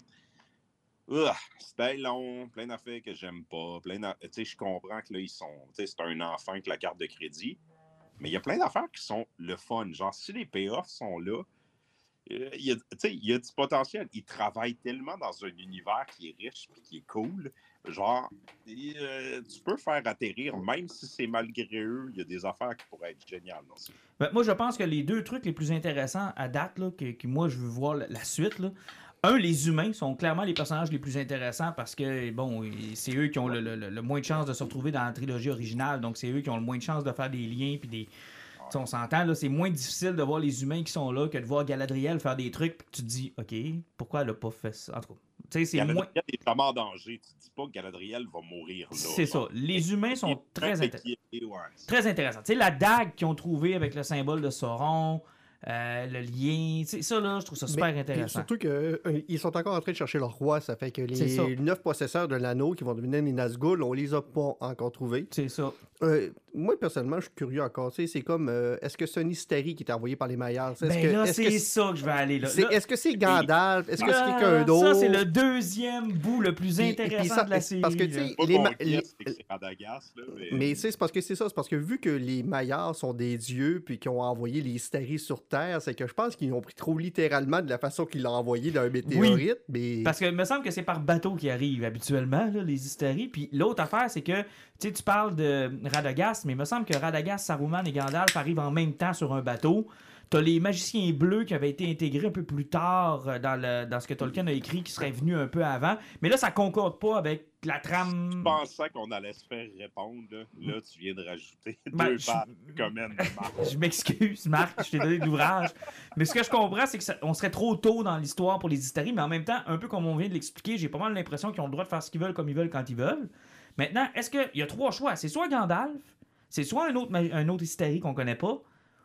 Ah, c'était long, plein d'affaires que j'aime pas. Plein d'a- tu sais, je comprends que là, ils sont... Tu sais, c'est un enfant avec la carte de crédit. Mais il y a plein d'affaires qui sont le fun. Genre, si les payoffs sont là, euh, il y a, tu sais, il y a du potentiel. Ils travaillent tellement dans un univers qui est riche et qui est cool. Genre, et, euh, tu peux faire atterrir, même si c'est malgré eux, il y a des affaires qui pourraient être géniales dans ça. Ben, moi, je pense que les deux trucs les plus intéressants à date, là, que, que moi, je veux voir la, la suite, là, un, les humains sont clairement les personnages les plus intéressants parce que, bon, c'est eux qui ont le, le- le moins de chances de se retrouver dans la trilogie originale, donc c'est eux qui ont le moins de chances de faire des liens puis des... Tu sais, on s'entend, là, c'est moins difficile de voir les humains qui sont là que de voir Galadriel faire des trucs puis que tu te dis, OK, pourquoi elle a pas fait ça? En tout cas, tu sais, c'est Galadriel moins... est vraiment en danger. Tu dis pas que Galadriel va mourir là. C'est ça. genre. Les humains sont Il est très très intéressants. inquiet, ouais. Très intéressant. Tu sais, la dague qu'ils ont trouvée avec le symbole de Sauron, euh, le lien, tu sais, ça, là, je trouve ça super Mais- intéressant. et surtout qu'ils sont encore en train de chercher leur roi. Ça fait que C'est ça. les neuf possesseurs de l'anneau qui vont devenir les Nazgûl, on les a pas encore trouvés. C'est ça. Euh, moi, personnellement, je suis curieux encore. Tu sais, c'est comme, euh, est-ce que c'est un hystérie qui est envoyé par les Maillards? Est-ce Ben que, là, est-ce c'est que ça que je vais aller, là. c'est- Là, est-ce que c'est Gandalf? Est-ce que c'est ah, quelqu'un d'autre? Ça, c'est le deuxième bout le plus Puis- puis intéressant ça, de la série. parce que, là. tu sais, Pas les mon ma- guess, les- c'est que c'est Radagast, là, mais... Mais tu sais, c'est parce que c'est ça. C'est parce que vu que les Maillards sont des dieux puis qu'ils ont envoyé les hystéries sur Terre, c'est que je pense qu'ils ont pris trop littéralement de la façon qu'ils l'ont envoyé d'un météorite. Mais... Parce que il me semble que c'est par bateau qui arrive habituellement, là, les hystéries. Puis l'autre affaire, c'est que, tu sais, tu parles de Radagast, mais il me semble que Radagast, Saruman et Gandalf arrivent en même temps sur un bateau. T'as les magiciens bleus qui avaient été intégrés un peu plus tard euh, dans, le, dans ce que Tolkien a écrit, qui seraient venus un peu avant. Mais là, ça concorde pas avec la Je trame. pensais qu'on allait se faire répondre. Là, Là, tu viens de rajouter Ben, deux je- pattes comme une marque. Je m'excuse, Marc, je t'ai donné de l'ouvrage. Mais ce que je comprends, c'est qu'on serait trop tôt dans l'histoire pour les hystéries, mais en même temps, un peu comme on vient de l'expliquer, j'ai pas mal l'impression qu'ils ont le droit de faire ce qu'ils veulent comme ils veulent quand ils veulent. Maintenant, est-ce qu'il y a trois choix? C'est soit Gandalf, c'est soit un autre, ma- un autre hystérie qu'on connaît pas,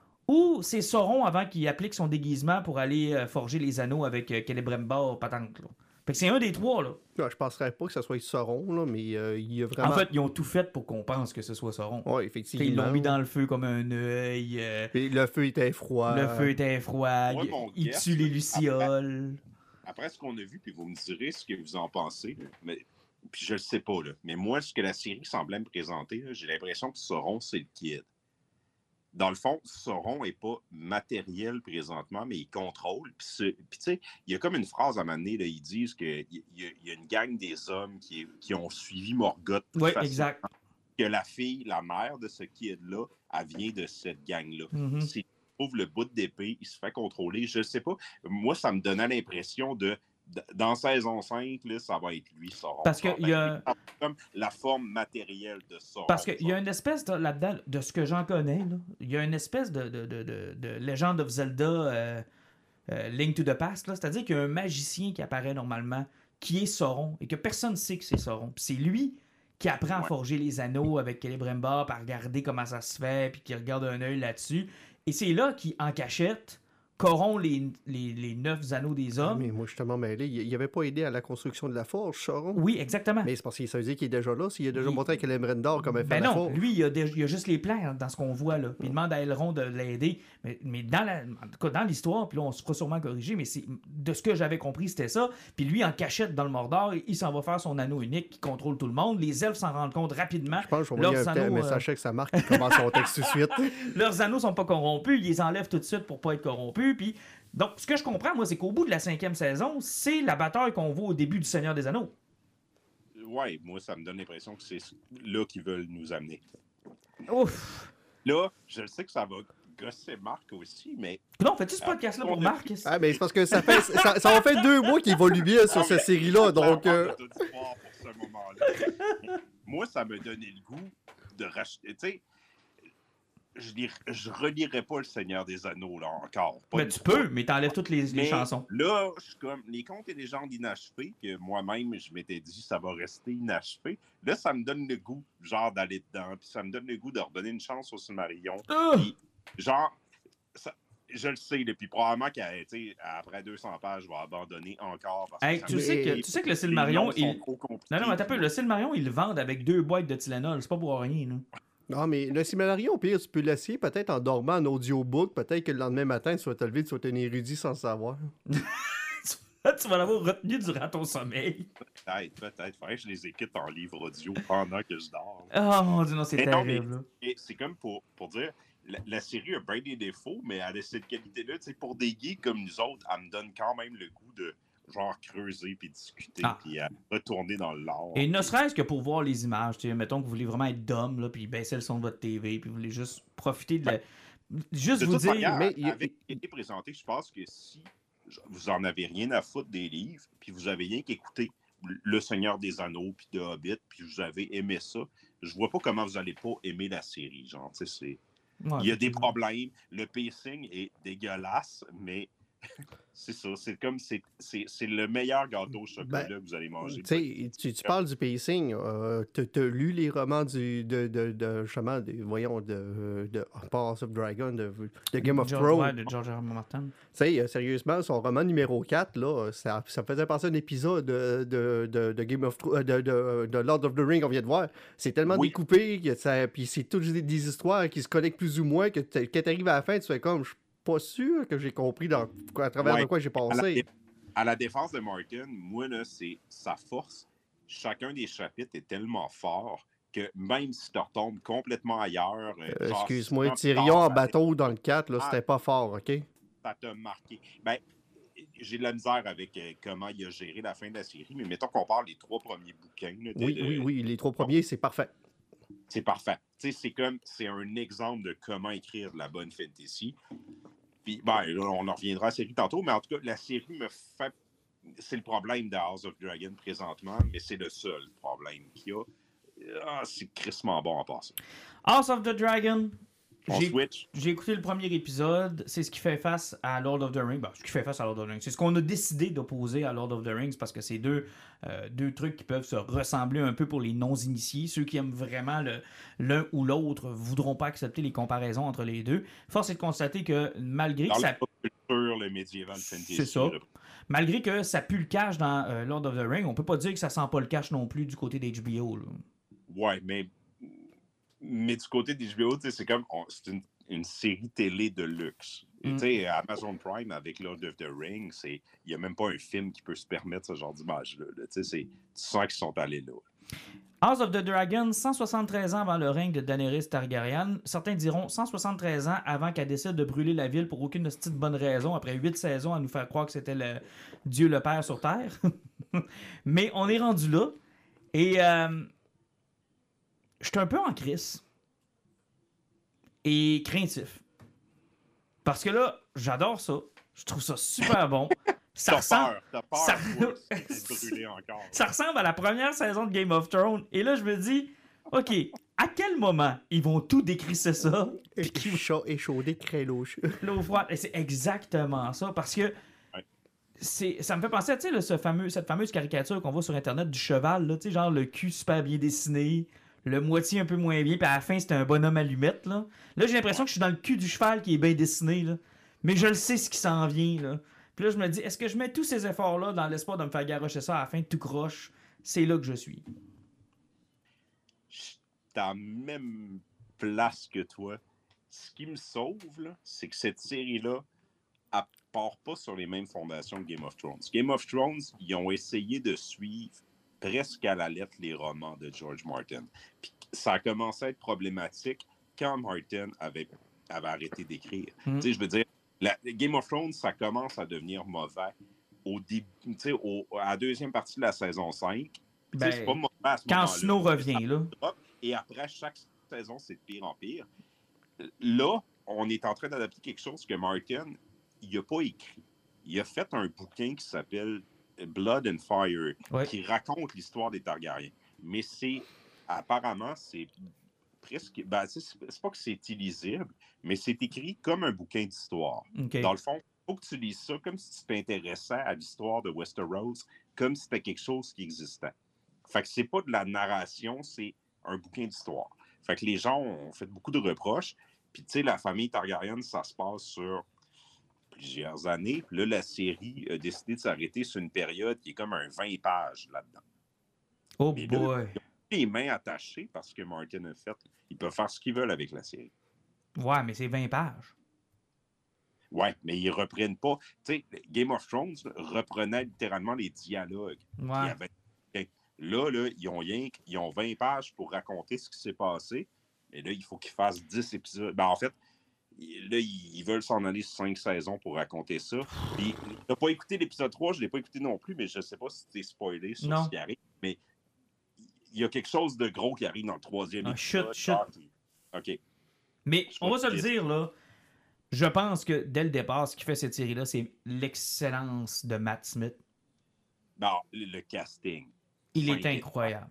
ou c'est Sauron avant qu'il applique son déguisement pour aller euh, forger les anneaux avec euh, Celebrimbor patente. Là. Fait que c'est un des trois, là. Ouais, je penserais pas que ce soit Sauron, là, mais euh, il y a vraiment... En fait, ils ont tout fait pour qu'on pense que ce soit Sauron. ouais, T'sais, effectivement. ils l'ont mis dans le feu comme un œil. euh, Puis le feu était froid. Le feu était froid, Ouais, il- mon il guess, tue les là, lucioles. Après ce qu'on a vu, puis vous me direz ce que vous en pensez, mais puis je le sais pas, là. Mais moi, ce que la série semblait me présenter, là, j'ai l'impression que Sauron, c'est le kid. dans le fond, Sauron n'est pas matériel présentement, mais il contrôle. Puis, tu sais, il y a comme une phrase à un moment donné, là, ils disent qu'il y, y a une gang des hommes qui, qui ont suivi Morgoth. Oui, exact. Que la fille, la mère de ce kid-là, elle vient de cette gang-là. Mm-hmm. S'il trouve le bout d'épée, il se fait contrôler. Je ne sais pas. Moi, ça me donnait l'impression de... Dans saison cinq, là, ça va être lui, Sauron. Parce que il y a... comme la forme matérielle de Sauron. Parce qu'il y a une espèce, de, là-dedans, de ce que j'en connais, là, il y a une espèce de, de, de, de, de Legend of Zelda euh, euh, Link to the Past, là, c'est-à-dire qu'il y a un magicien qui apparaît normalement, qui est Sauron, et que personne ne sait que c'est Sauron. Puis c'est lui qui apprend à Ouais. forger les anneaux avec Celebrimbor, à regarder comment ça se fait, puis qui regarde un œil là-dessus. Et c'est là qu'il, en cachette, corrompt les, les, les neuf anneaux des hommes. Mais moi, je suis tellement mêlé. Il n'avait pas aidé à la construction de la forge, Sauron. Oui, exactement. Mais c'est parce qu'il ça veut dire qu'il est déjà là. S'il a déjà Il- montré à Celebrimbor comment faire Ben la non, forge. lui, il a, déjà- il a juste les plans dans ce qu'on voit là. Puis il demande à Elrond de l'aider. Mais, mais dans, la, en tout cas, dans l'histoire, puis là, on se fera sûrement corriger, mais c'est, de ce que j'avais compris, c'était ça. Puis lui, en cachette dans le Mordor, il s'en va faire son anneau unique qui contrôle tout le monde. Les elfes s'en rendent compte rapidement. Je pense que je vais Leurs envoyer un, petit anneaux, message avec sa marque qui commence son texte tout de suite. Leurs anneaux sont pas corrompus, ils les enlèvent tout de suite pour pas être corrompus. Puis donc, ce que je comprends, moi, c'est qu'au bout de la cinquième saison, c'est la bataille qu'on voit au début du Seigneur des Anneaux. Ouais, moi, ça me donne l'impression que c'est là qu'ils veulent nous amener. Ouf! Là, je sais que ça va gosser Marc aussi, mais... Non, fais-tu ce podcast-là pour On a- Marc? Ah, mais c'est parce que ça fait ça, ça va faire deux mois qu'il évolue bien sur Non, cette mais série-là. Donc, clairement, euh, t'as du fort pour ce moment-là. Moi, ça me donnait le goût de racheter... Tu sais, je lis- je relirai pas Le Seigneur des Anneaux, là, encore. Pas Mais une tu fois. peux, mais t'enlèves toutes les, les Mais chansons. là, je suis comme les contes et légendes inachevés, que moi-même, je m'étais dit, ça va rester inachevé. Là, ça me donne le goût, genre, d'aller dedans. Puis ça me donne le goût de redonner une chance au Silmarillion. Ah! Puis, genre, ça- je le sais, là, puis probablement qu'après deux cents pages, je vais abandonner encore. Parce Hey, que ça tu, me- sais que, tu sais que le Silmarion, les noms sont il... trop compliqués. Non, non, mais t'as peu, le Silmarion, ils le vendent avec deux boîtes de Tylenol. C'est pas pour rien, là. non, mais le Silmarillion, au pire, tu peux l'essayer peut-être en dormant en audiobook. Peut-être que le lendemain matin, tu vas te lever, tu vas être un érudit sans le savoir. Tu vas l'avoir retenu durant ton sommeil. Peut-être, peut-être. Faudrait que je les écoute en livre audio pendant que je dors. Oh mon dieu, non, c'est Mais non, terrible. mais- là. Et c'est comme pour, pour dire, la, la série a bien des défauts, mais elle a cette qualité-là. Tu sais, pour des geeks comme nous autres, elle me donne quand même le goût de genre creuser puis discuter Ah. puis à retourner dans le lore. Et ne serait-ce que pour voir les images, tu sais, mettons que vous voulez vraiment être d'homme, là, puis baisser le son de votre T V, puis vous voulez juste profiter de la... Juste De vous toute dire... manière, mais il- avec ce qui était présenté, je pense que si vous en avez rien à foutre des livres, puis vous avez rien qu'écouter Le Seigneur des Anneaux, puis de Hobbit, puis vous avez aimé ça, je vois pas comment vous allez pas aimer la série. Genre, tu sais, c'est... Ouais, Il y a des effectivement. problèmes. Le pacing est dégueulasse, mais c'est ça. C'est comme c'est, c'est, c'est le meilleur gâteau au chocolat Ben, que vous allez manger. Tu sais, tu, tu parles du pacing. Euh, tu as lu les romans du, de, de, de, justement, des- voyons, de, de House of Dragon, de, de Game of George- Thrones. ouais, de George R. R. Martin. Tu sais, euh, sérieusement, son roman numéro quatre, là, ça, ça faisait penser à un épisode de, de, de, de Game of Thrones, de, de, de Lord of the Rings qu'on vient de voir. C'est tellement Oui. découpé, que ça, puis c'est toutes des, des histoires qui se connectent plus ou moins, que t- quand tu arrives à la fin, tu fais comme, je suis pas sûr que j'ai compris dans, à travers Ouais. de quoi j'ai À la, passé. dé- à la défense de Martin, moi, là, c'est sa force. Chacun des chapitres est tellement fort que même si tu retombes complètement ailleurs... euh, Euh, genre, Excuse-moi, six mois plus Tyrion tard, en ça- bateau dans le quatre, là, Ah. c'était pas fort, OK? ça t'a marqué. Ben, j'ai de la misère avec euh, comment il a géré la fin de la série, mais mettons qu'on parle des trois premiers bouquins. là, de- Oui, de- oui, oui, les trois premiers, c'est parfait. C'est parfait. Tu sais, c'est comme, c'est un exemple de comment écrire de la bonne fantasy. Puis, ben, là, on en reviendra à la série tantôt, mais en tout cas, la série me fait... C'est le problème de House of Dragon présentement, mais c'est le seul problème qu'il y a. Ah, c'est crissement bon en passant. House of the Dragon. On J'ai switch. j'ai écouté le premier épisode. C'est ce qui fait face à Lord of the Rings. Ben, ce qui fait face à Lord of the Rings. C'est ce qu'on a décidé d'opposer à Lord of the Rings parce que c'est deux, euh, deux trucs qui peuvent se ressembler un peu pour les non-initiés. Ceux qui aiment vraiment le- l'un ou l'autre voudront pas accepter les comparaisons entre les deux. Force est de constater que malgré Dans que la ça... pop culture, le médiéval fantasy. C'est ça. là. Malgré que ça pue le cash dans euh, Lord of the Rings, on peut pas dire que ça sent pas le cash non plus du côté d'H B O. Là. Ouais, mais, mais du côté d'H B O, tu sais, c'est comme on- c'est une, une série télé de luxe. Et, Mm. tu sais, Amazon Prime avec Lord of the Rings, c'est- il n'y a même pas un film qui peut se permettre ce genre d'image-là. là. Tu sais, c'est- tu sens qu'ils sont allés là. House of the Dragon, cent soixante-treize ans avant le règne de Daenerys Targaryen. Certains diront cent soixante-treize ans avant qu'elle décide de brûler la ville pour aucune petite bonne raison, après huit saisons à nous faire croire que c'était le Dieu le Père sur Terre. Mais on est rendu là. Et euh, je suis un peu en crise. Et craintif. Parce que là, j'adore ça. Je trouve ça super bon. Ça T'as ressemble... peur, t'as peur, ça... toi, c'est brûlé encore. ça ressemble à la première saison de Game of Thrones. Et là, je me dis, OK, à quel moment ils vont tout décrisser ça? Et chaud, échaudé, créneau. L'eau froide. Et c'est exactement ça. Parce que Ouais. c'est, ça me fait penser à tu sais, là, ce fameux, cette fameuse caricature qu'on voit sur Internet du cheval. Là, tu sais, genre le cul super bien dessiné, le moitié un peu moins bien, puis à la fin, c'était un bonhomme allumette. Là, là j'ai l'impression que je suis dans le cul du cheval qui est bien dessiné. Là. Mais je le sais ce qui s'en vient. Là. Puis là, je me dis, est-ce que je mets tous ces efforts-là dans l'espoir de me faire garrocher ça à la fin de tout croche? C'est là que je suis. Je suis dans la même place que toi. Ce qui me sauve, là, c'est que cette série-là, elle part pas sur les mêmes fondations que Game of Thrones. Game of Thrones, ils ont essayé de suivre presque à la lettre les romans de George Martin. Puis ça a commencé à être problématique quand Martin avait, avait arrêté d'écrire. Mm. Tu sais, je veux dire, la, Game of Thrones, ça commence à devenir mauvais au début, tu sais, au, à la deuxième partie de la saison cinq. Puis, Ben, c'est pas mauvais à ce quand moment-là. Snow revient, là. Et après, chaque saison, c'est de pire en pire. Là, on est en train d'adapter quelque chose que Martin, il n'a pas écrit. Il a fait un bouquin qui s'appelle Blood and Fire, Ouais. qui raconte l'histoire des Targaryens. Mais c'est, apparemment, c'est presque, ben, c'est, c'est pas que c'est illisible, mais c'est écrit comme un bouquin d'histoire. OK. Dans le fond, il faut que tu lises ça comme si tu t'intéressais à l'histoire de Westeros, comme si c'était quelque chose qui existait. Fait que c'est pas de la narration, c'est un bouquin d'histoire. Fait que les gens ont fait beaucoup de reproches. Puis, tu sais, la famille Targaryen, ça se passe sur plusieurs années. Puis là, la série a décidé de s'arrêter sur une période qui est comme un vingt pages là-dedans. Oh Mais là, boy. ils ont les mains attachées parce que Martin a fait. Ils peuvent faire ce qu'ils veulent avec la série. Ouais, mais c'est vingt pages. Ouais, mais ils reprennent pas. Tu sais, Game of Thrones là, reprenait littéralement les dialogues. Ouais. Il y avait... Là, là, ils ont rien, ils ont vingt pages pour raconter ce qui s'est passé. Mais là, il faut qu'ils fassent dix épisodes. Ben, en fait, là, ils veulent s'en aller sur cinq saisons pour raconter ça. Puis, t'as pas écouté l'épisode trois, je l'ai pas écouté non plus, mais je sais pas si t'es spoilé sur Non. ce qui arrive. Mais il y a quelque chose de gros qui arrive dans le troisième Ah, épisode. chut, chut. OK. Mais Je on va vois se le que- dire, là. Je pense que dès le départ, ce qui fait cette série-là, c'est l'excellence de Matt Smith. Non, le, le casting. Il Cinq est incroyable.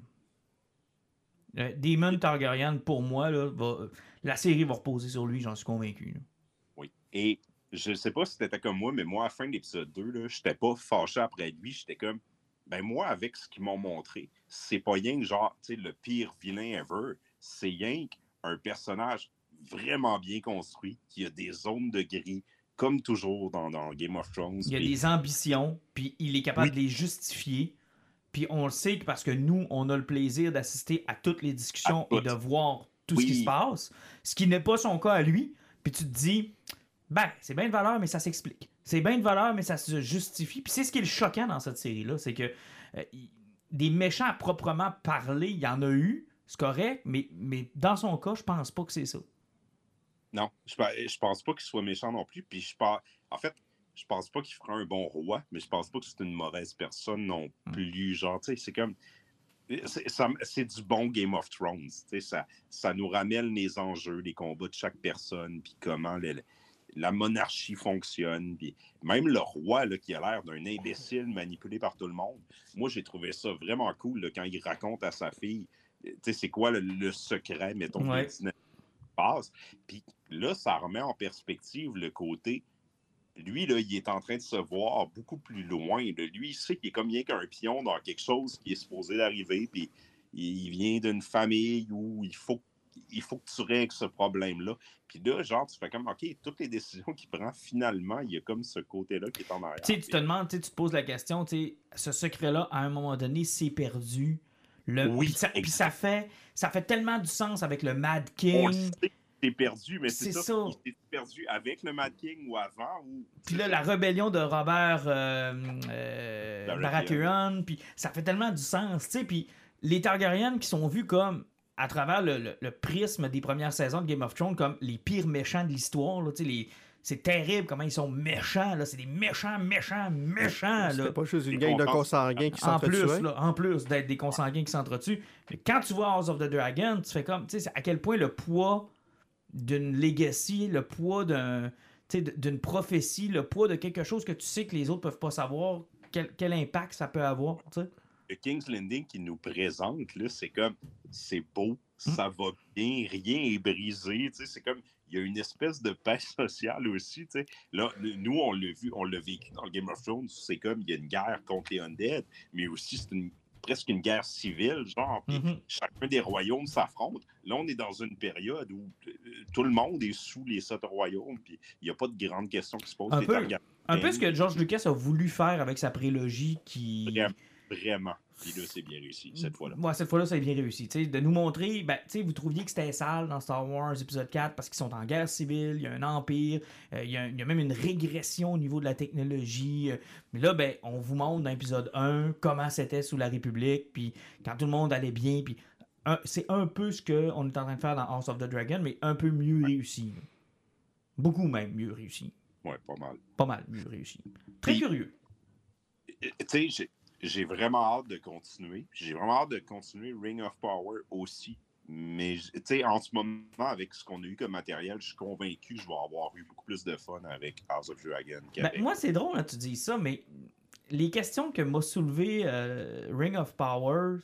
Euh, Daemon Targaryen, pour moi, là, va- la série va reposer sur lui, j'en suis convaincu. Là. Oui. Et je sais pas si t'étais comme moi, mais moi, à la fin de l'épisode deux, là, j'étais pas fâché après lui. J'étais comme, ben moi, avec ce qu'ils m'ont montré, c'est pas rien que genre, tu sais, le pire vilain ever. C'est rien qu'un personnage vraiment bien construit, qui a des zones de gris, comme toujours dans, dans Game of Thrones. Il y a Puis- des ambitions, puis il est capable Oui. de les justifier. Puis on le sait que parce que nous, on a le plaisir d'assister à toutes les discussions À et toutes. de voir tout Oui. ce qui se passe, ce qui n'est pas son cas à lui. Puis tu te dis, ben, c'est bien de valeur, mais ça s'explique. C'est bien de valeur, mais ça se justifie. Puis c'est ce qui est le choquant dans cette série-là, c'est que euh, il- des méchants à proprement parler, il y en a eu, c'est correct, mais, mais dans son cas, je pense pas que c'est ça. Non, je, pe- je pense pas qu'il soit méchant non plus. Puis je pense, en fait, je pense pas qu'il fera un bon roi, mais je pense pas que c'est une mauvaise personne non plus. Genre, tu sais, c'est comme. C'est, ça- c'est du bon Game of Thrones. Tu sais, ça, ça nous ramène les enjeux, les combats de chaque personne, puis comment le- la monarchie fonctionne. Puis même le roi, là, qui a l'air d'un imbécile manipulé par tout le monde. Moi, j'ai trouvé ça vraiment cool là, quand il raconte à sa fille, tu sais, c'est quoi le, le secret, mettons, Ouais. de la dynastie qui passe. Puis là, ça remet en perspective le côté. Lui, là, il est en train de se voir beaucoup plus loin. Là. Lui, il sait qu'il est comme rien qu'un pion dans quelque chose qui est supposé d'arriver. Puis il vient d'une famille où il faut, il faut que tu règles ce problème-là. Puis là, genre, tu fais comme, OK, toutes les décisions qu'il prend, finalement, il y a comme ce côté-là qui est en arrière. Tu sais, tu te demandes, tu sais, tu te poses la question, tu sais, ce secret-là, à un moment donné, c'est perdu. Le... Oui, puis ça, puis ça fait, ça fait tellement du sens avec le Mad On King. le sait qu'il est perdu, mais c'est, C'est ça. ça. Il s'est perdu avec le Mad King ou avant. Ou... Puis là, la rébellion de Robert euh, euh, Baratheon. Baratheon, puis ça fait tellement du sens, tu sais, puis les Targaryens qui sont vus comme, à travers le, le, le prisme des premières saisons de Game of Thrones, comme les pires méchants de l'histoire, là, tu sais, les... C'est terrible comment ils sont méchants, là. C'est des méchants, méchants, méchants, là. C'était pas juste une gang de consanguins qui En plus, s'entretuaient. là, en plus d'être des consanguins qui s'entretuent. Mais quand tu vois House of the Dragon, tu fais comme, tu sais, à quel point le poids d'une legacy, le poids d'un, tu sais, d'une prophétie, le poids de quelque chose que tu sais que les autres peuvent pas savoir, quel, quel impact ça peut avoir, tu sais. Le King's Landing qui nous présente, là, c'est comme, c'est beau, ça va bien, rien est brisé, tu sais, c'est comme, il y a une espèce de paix sociale aussi, tu sais. Là, nous, on l'a vu, on l'a vécu dans Game of Thrones, c'est comme, il y a une guerre contre les Undead, mais aussi, c'est une, presque une guerre civile, genre, puis Mm-hmm. chacun des royaumes s'affronte. Là, on est dans une période où euh, tout le monde est sous les sept royaumes, puis il n'y a pas de grandes questions qui se posent. Un Les peu, Targaryens, un peu ce que George Lucas a voulu faire avec sa prélogie qui... Vraiment, vraiment. Puis là, c'est bien réussi, cette fois-là. Ouais, cette fois-là, ça a bien réussi. T'sais, de nous montrer, ben, t'sais, vous trouviez que c'était sale dans Star Wars épisode quatre parce qu'ils sont en guerre civile, il y a un empire, euh, il, y a, il y a même une régression au niveau de la technologie. euh, mais là, ben, on vous montre dans épisode un comment c'était sous la République, puis quand tout le monde allait bien, puis un, c'est un peu ce qu'on est en train de faire dans House of the Dragon, mais un peu mieux réussi. là. Beaucoup même mieux réussi. Ouais, pas mal. Pas mal mieux réussi. Très Puis- curieux. Tu sais, j'ai- j'ai vraiment hâte de continuer. J'ai vraiment hâte de continuer Ring of Power aussi. Mais, tu sais, en ce moment, avec ce qu'on a eu comme matériel, je suis convaincu que je vais avoir eu beaucoup plus de fun avec House of Dragon Ben, qu'avec... moi, c'est drôle, hein, tu dis ça, mais les questions que m'a soulevé euh, Ring of Power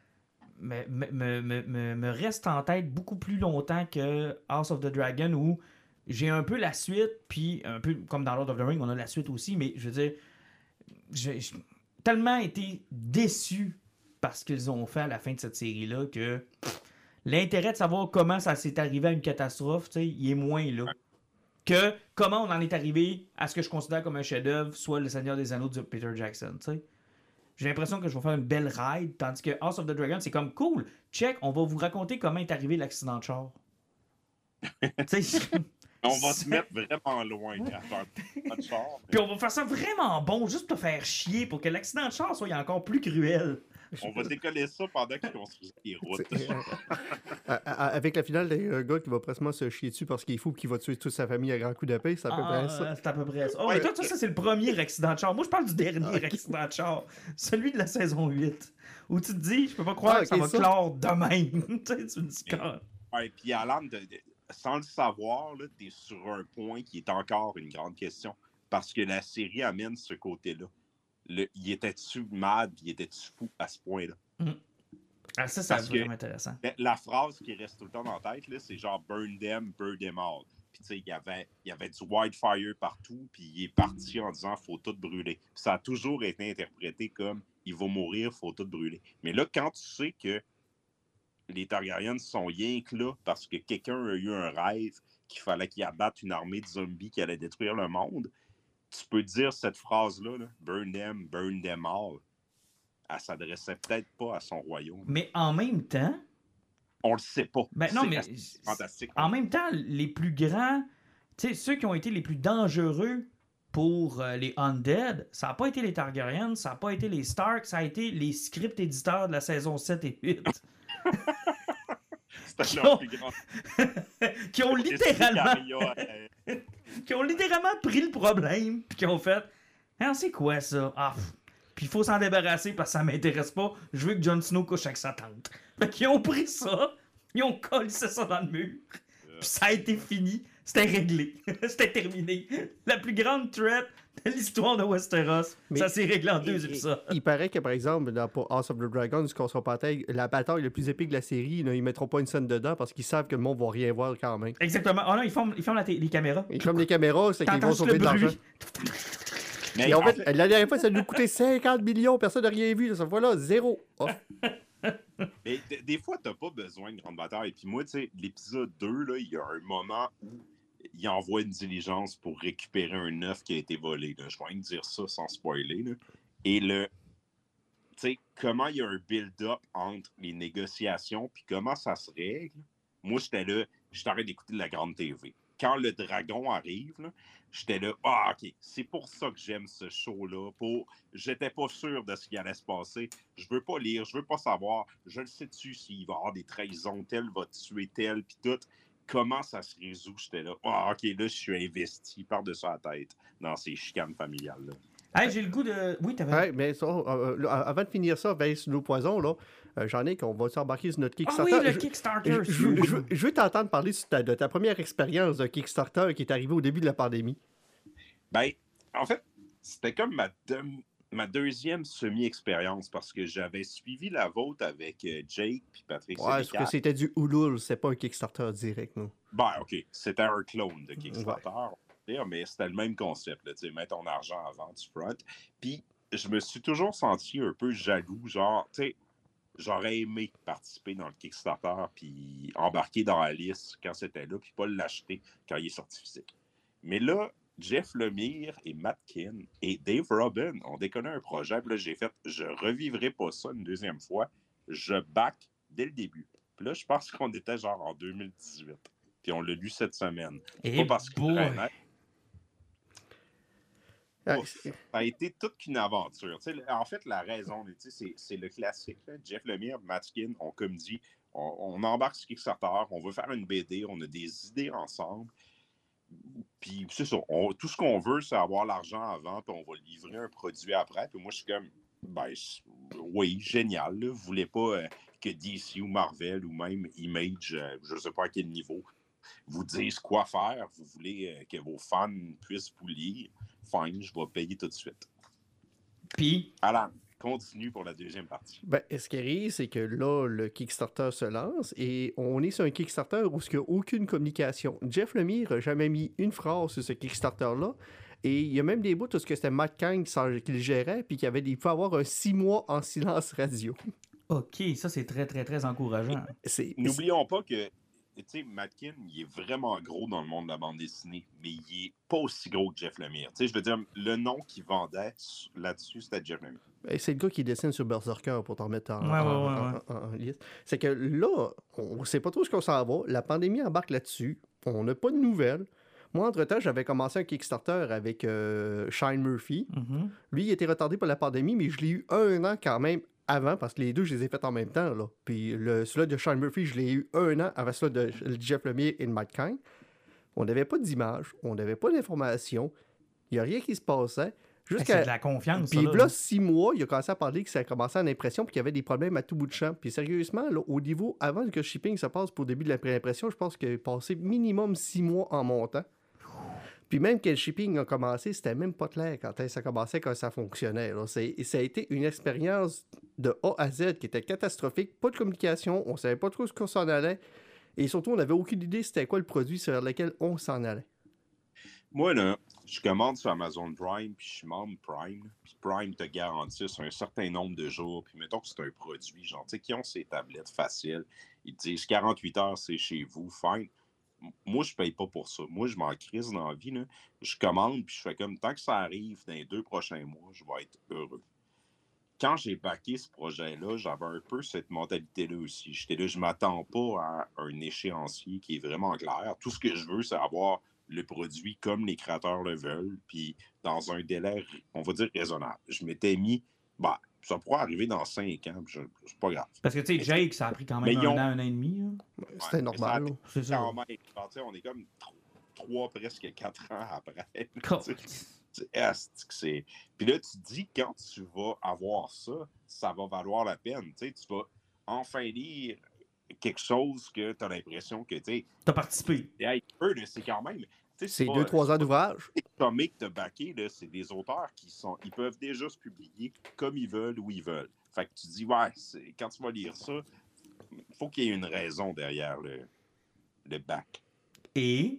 me, me, me, me, me- me restent en tête beaucoup plus longtemps que House of the Dragon, où j'ai un peu la suite, puis un peu comme dans Lord of the Rings, on a la suite aussi, mais je veux dire, j'ai j'ai tellement été déçu par ce qu'ils ont fait à la fin de cette série-là que pff, l'intérêt de savoir comment ça s'est arrivé à une catastrophe, tu sais, il est moins là. Que comment on en est arrivé à ce que je considère comme un chef-d'œuvre, soit Le Seigneur des Anneaux de Peter Jackson, tu sais. J'ai l'impression que je vais faire une belle ride, tandis que House of the Dragon, c'est comme cool, check, on va vous raconter comment est arrivé l'accident de char. Tu sais, On va se mettre vraiment loin à faire pas de char. puis on va faire ça vraiment bon, juste pour te faire chier, pour que l'accident de char soit encore plus cruel. On va décoller ça pendant qu'ils construisent les routes. C'est- euh, à- à- Avec la finale d'un gars qui va presque se chier dessus parce qu'il est fou et qu'il va tuer toute sa famille à grand coup d'épée, c'est à peu Ah, près ça. euh, c'est à peu près ça. Oh, Ouais. mais toi, ça, ça, c'est le premier accident de char. Moi, je parle du dernier Ah, ok. accident de char. Celui de la saison huit. Où tu te dis, je peux pas croire Ah, que ça ok, va ça. clore de même. Tu sais, tu me dis quand. Ouais, puis Alan, de- de- sans le savoir, tu es sur un point qui est encore une grande question. Parce que la série amène ce côté-là. Le, il était-tu mad, il était-tu fou à ce point-là? Ah, ça, c'est Parce que- vraiment intéressant. La, la phrase qui reste tout le temps dans la tête, là, c'est genre « burn them, burn them all ». Puis tu sais, il y avait, il y avait du wildfire partout, puis il est parti en disant « faut tout brûler ». Puis ça a toujours été interprété comme « il va mourir, faut tout brûler ». Mais là, quand tu sais que les Targaryens sont rien que là parce que quelqu'un a eu un rêve qu'il fallait qu'il abatte une armée de zombies qui allait détruire le monde, tu peux dire cette phrase-là, là, « burn them, burn them all ». Elle s'adressait peut-être pas à son royaume. Mais en même temps, On le sait pas. ben non, C'est mais assez fantastique. en même temps, les plus grands, tu sais, ceux qui ont été les plus dangereux pour euh, les Undead, ça n'a pas été les Targaryens, ça n'a pas été les Stark, ça a été les script éditeurs de la saison sept et huit. C'était leur plus grand. qui ont littéralement Caria, euh, qui ont littéralement pris le problème puis qui ont fait hein, c'est quoi ça ah pff. Puis il faut s'en débarrasser parce que ça m'intéresse pas, je veux que Jon Snow couche avec sa tante. Fait qu'ils ont pris ça, ils ont collé ça dans le mur, puis ça a été fini, c'était réglé, c'était terminé. La plus grande threat de l'histoire de Westeros, Mais- ça s'est réglé en deux Il- épisodes. Il, il paraît que, par exemple, dans pour House of the Dragons, qu'on se bataille, la bataille la plus épique de la série, là, ils mettront pas une scène dedans parce qu'ils savent que le monde va rien voir quand même. Exactement. Oh non, ils ferment, ils ferment la té- les caméras. Et comme les caméras, c'est qu'ils T'entends vont juste sauver le de l'argent. bruit. Mais Et en en fait, la dernière fois, ça nous coûtait cinquante millions, personne n'a rien vu. Cette fois-là, zéro. Oh. Mais d- des fois, t'as pas besoin de grande bataille. Puis moi, tu sais, l'épisode deux, là, il y a un moment où il envoie une diligence pour récupérer un œuf qui a été volé. Là. Je vais rien dire ça sans spoiler. Là. Et le. Tu sais, comment il y a un build-up entre les négociations, puis comment ça se règle. Moi, j'étais là, j'étais en train d'écouter de la grande T V. quand le dragon arrive, là, j'étais là, ah, OK, c'est pour ça que j'aime ce show-là. Pour... J'étais pas sûr de ce qui allait se passer. Je veux pas lire, je veux pas savoir. Je le sais-tu s'il va y avoir des trahisons, tel va tuer tel, puis tout. Comment ça se résout? J'étais là, ah, OK, là, je suis investi par-dessus la tête dans ces chicanes familiales-là. Hey, j'ai le goût de... Oui, t'avais... Ouais, mais ça, euh, là, avant de finir ça, veille sur nos poisons, là, euh, j'en ai qu'on va s'embarquer sur notre Kickstarter. Ah oui, le je, Kickstarter! Je, je, je, je veux t'entendre parler de ta, de ta première expérience de Kickstarter qui est arrivée au début de la pandémie. Ben, en fait, c'était comme ma, de, ma deuxième semi-expérience parce que j'avais suivi la vôtre avec euh, Jake puis Patrick. Ouais, parce que c'était du Ulule, c'est pas un Kickstarter direct, non? Ben, OK, c'était un clone de Kickstarter. Ouais. Mais c'était le même concept, là, tu sais, mettre ton argent avant du front. Puis, je me suis toujours senti un peu jaloux, genre, tu sais, j'aurais aimé participer dans le Kickstarter, puis embarquer dans la liste quand c'était là, puis pas l'acheter quand il est sorti physique. Mais là, Jeff Lemire et Matt Kinn et Dave Robin ont déconné un projet, puis là, j'ai fait, je revivrai pas ça une deuxième fois, je back dès le début. Puis là, je pense qu'on était genre en deux mille dix-huit, puis on l'a lu cette semaine. Et pas parce que Ah, ça a été toute qu'une aventure. T'sais, en fait, la raison, c'est, c'est le classique. Là. Jeff Lemire, Matt Kinn ont comme dit, on, on embarque sur Kickstarter, on veut faire une B D, on a des idées ensemble. Puis c'est ça, on, tout ce qu'on veut, c'est avoir l'argent avant, puis on va livrer un produit après. Puis moi, je suis comme, ben oui, génial. Là. Vous voulez pas euh, que D C ou Marvel ou même Image, euh, je ne sais pas à quel niveau, vous disent quoi faire. Vous voulez euh, que vos fans puissent vous lire. Fine, je vais payer tout de suite. Puis, Alan, continue pour la deuxième partie. Ben, ce qui arrive, c'est que là, le Kickstarter se lance et on est sur un Kickstarter où il n'y a aucune communication. Jeff Lemire n'a jamais mis une phrase sur ce Kickstarter-là. Et il y a même des bouts où c'était Matt Kinn qui le gérait puis qu'il avait, il pouvait avoir un six mois en silence radio. OK, ça, c'est très, très, très encourageant. C'est, N'oublions pas que tu sais, Matt Kinn, il est vraiment gros dans le monde de la bande dessinée, mais il est pas aussi gros que Jeff Lemire. Tu sais, je veux dire, le nom qu'il vendait là-dessus, c'était Jeff Lemire. C'est le gars qui dessine sur Berserker pour t'en remettre en, ouais, en, ouais, ouais. en, en, en liste. C'est que là, on ne sait pas trop ce qu'on s'en va. La pandémie embarque là-dessus. On n'a pas de nouvelles. Moi, entre-temps, j'avais commencé un Kickstarter avec euh, Shane Murphy. Mm-hmm. Lui, il était retardé par la pandémie, mais je l'ai eu un an quand même avant, parce que les deux, je les ai faits en même temps. Là. Puis le, celui de Shane Murphy, je l'ai eu un an avant celui de Jeff Lemire et de Matt Kinn. On n'avait pas d'image, on n'avait pas d'information. Il n'y a rien qui se passait. Jusqu'à... C'est de la confiance. Puis là, là, six mois, il a commencé à parler que ça a commencé en impression puis qu'il y avait des problèmes à tout bout de champ. Puis sérieusement, là, au niveau, avant que le shipping se passe pour le début de la pré-impression, je pense qu'il a passé minimum six mois en montant. Puis même que le shipping a commencé, c'était même pas clair quand ça commençait, quand ça fonctionnait. Là. C'est, ça a été une expérience de A à Z qui était catastrophique. Pas de communication, on savait pas trop ce qu'on s'en allait. Et surtout, on n'avait aucune idée c'était quoi le produit sur lequel on s'en allait. Moi, là, je commande sur Amazon Prime, puis je suis membre Prime. Puis Prime te garantisse un certain nombre de jours. Puis mettons que c'est un produit, genre, tu sais, qui ont ces tablettes faciles. Ils te disent quarante-huit heures, c'est chez vous, fine. Moi, je paye pas pour ça. Moi, je m'en crise dans la vie. Là. Je commande, puis je fais comme, tant que ça arrive dans les deux prochains mois, je vais être heureux. Quand j'ai backé ce projet-là, j'avais un peu cette mentalité-là aussi. J'étais là, je m'attends pas à un échéancier qui est vraiment clair. Tout ce que je veux, c'est avoir le produit comme les créateurs le veulent, puis dans un délai, on va dire, raisonnable. Je m'étais mis, bah, ça pourrait arriver dans cinq ans, je, c'est pas grave. Parce que, tu sais, Jake, ça a pris quand même un ont... an, un an et demi. Hein. Ouais, c'était normal. Ça c'est ça. Quand même, on est comme trois, presque quatre ans après. C'est... Puis là, tu te dis, quand tu vas avoir ça, ça va valoir la peine. Tu sais, tu vas enfin lire quelque chose que tu as l'impression que tu as participé. C'est quand même. C'est deux, trois ans d'ouvrage. Les comics de backé, c'est des auteurs qui sont. Ils peuvent déjà se publier comme ils veulent, où ils veulent. Fait que tu dis, ouais, c'est, quand tu vas lire ça, il faut qu'il y ait une raison derrière le, le back. Et?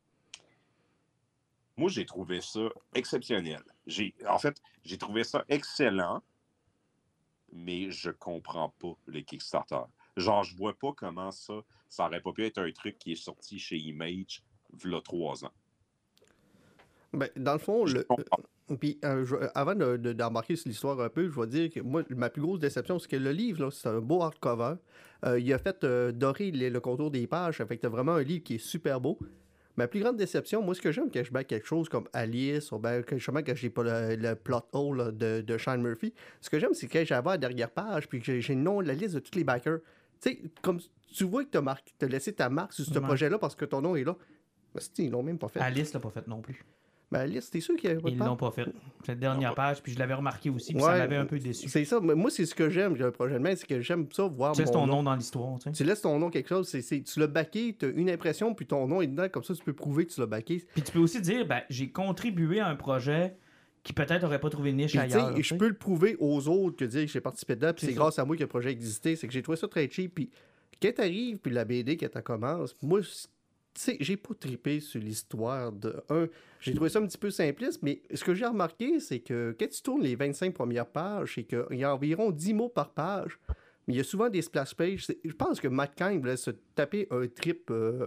Moi, j'ai trouvé ça exceptionnel. J'ai, en fait, j'ai trouvé ça excellent, mais je comprends pas le Kickstarter. Genre, je vois pas comment ça, ça aurait pas pu être un truc qui est sorti chez Image il y a trois ans. Ben, dans le fond, le, euh, puis, euh, je, avant de, de, d'embarquer sur l'histoire un peu, je vais dire que moi, ma plus grosse déception, c'est que le livre, là, c'est un beau hardcover. Euh, il a fait euh, dorer le, le contour des pages, ça fait que t'as vraiment un livre qui est super beau. Ma plus grande déception, moi, ce que j'aime quand je back quelque chose comme Alice, ou ben, que justement quand j'ai pas le, le plot hole là, de, de Sean Murphy, ce que j'aime, c'est quand j'avais à la dernière page, puis que j'ai, j'ai le nom, la liste de tous les backers. Tu sais, comme tu vois que t'as, marqué, t'as laissé ta marque sur ce Ouais. projet-là parce que ton nom est là. Mais c'est, ils l'ont même pas fait. Alice l'a pas fait non plus. Ben, Alice, t'es sûr qu'il y avait pas de Ils part? l'ont pas fait. Cette dernière page, puis je l'avais remarqué aussi, puis Ouais, ça m'avait un peu déçu. C'est ça. Mais moi, c'est ce que j'aime, j'ai un projet de main, c'est que j'aime ça, voir Tu laisses mon ton nom. nom dans l'histoire, tu sais. Tu laisses ton nom quelque chose, c'est, c'est, tu l'as backé, tu as une impression, puis ton nom est dedans, comme ça tu peux prouver que tu l'as backé. Puis tu peux aussi dire, ben, j'ai contribué à un projet qui peut-être aurait pas trouvé de niche Puis, tu sais, ailleurs. tu je sais. peux le prouver aux autres que dire que j'ai participé dedans, puis C'est c'est ça. grâce à moi que le projet existait. C'est que j'ai trouvé ça très cheap. Puis quand t'arrives, puis la B D, quand elle commence, moi, c- tu sais, j'ai pas trippé sur l'histoire de un. J'ai trouvé ça un petit peu simpliste, mais ce que j'ai remarqué, c'est que quand tu tournes les vingt-cinq premières pages, c'est qu'il y a environ dix mots par page, mais il y a souvent des splash pages. C'est- Je pense que Matt Kind voulait se taper un trip euh,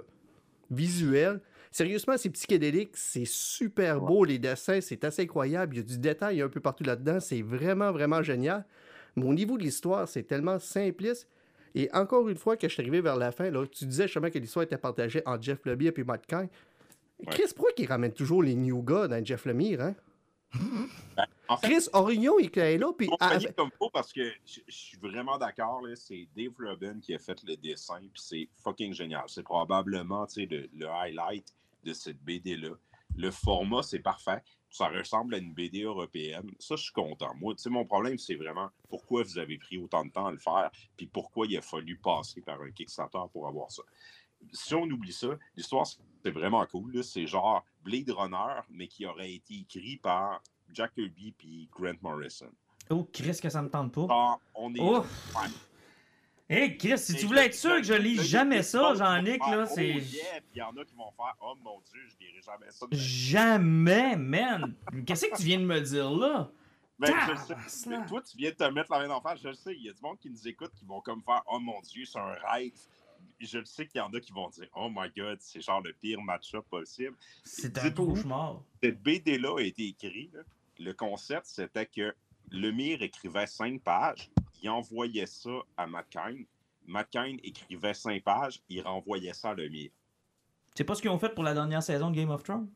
visuel. Sérieusement, c'est psychédélique, c'est super beau, les dessins, c'est assez incroyable. Il y a du détail un peu partout là-dedans, c'est vraiment, vraiment génial. Mais au niveau de l'histoire, c'est tellement simpliste. Et encore une fois, que je suis arrivé vers la fin, là, tu disais justement que l'histoire était partagée entre Jeff Lemire et Matt Kind. Chris, pourquoi qu'il ramène toujours les New Gods dans Jeff Lemire, hein? Ben, en fait, Chris Orion, il est là, puis... on ah, voyait comme faux parce que je je suis vraiment d'accord, là, c'est Dave Rubin qui a fait le dessin, puis c'est fucking génial. C'est probablement tu sais, le, le highlight de cette B D-là. Le format, c'est parfait. Ça ressemble à une B D européenne. Ça, je suis content. Moi, tu sais, mon problème, c'est vraiment pourquoi vous avez pris autant de temps à le faire, puis pourquoi il a fallu passer par un Kickstarter pour avoir ça. Si on oublie ça, l'histoire, c'est vraiment cool. là. C'est genre Blade Runner, mais qui aurait été écrit par Jack Kirby puis Grant Morrison. Oh, Chris, que ça me tente pas. Genre, on est... Oh! Ouais. Hey, Chris, si Et tu voulais je- être sûr que je lis je- jamais je- ça, je- Jean-Nic, je- là, oh, c'est... yeah, puis il y en a qui vont faire « Oh mon Dieu, je lirai jamais ça. » Jamais, man! Qu'est-ce que tu viens de me dire là? Ben, je Ah, sais, mais toi, tu viens de te mettre la main en face, je le sais. Il y a du monde qui nous écoute qui vont comme faire « Oh mon Dieu, c'est un rêve. » Je le sais qu'il y en a qui vont dire « Oh my God, c'est genre le pire match-up possible. » C'est un Dites-vous, cauchemar. Cette B D-là a été écrite. Là. Le concept, c'était que Lemire écrivait cinq pages, il envoyait ça à Matt Kind. Matt Kind écrivait cinq pages, il renvoyait ça à Lemire. C'est pas ce qu'ils ont fait pour la dernière saison de Game of Thrones?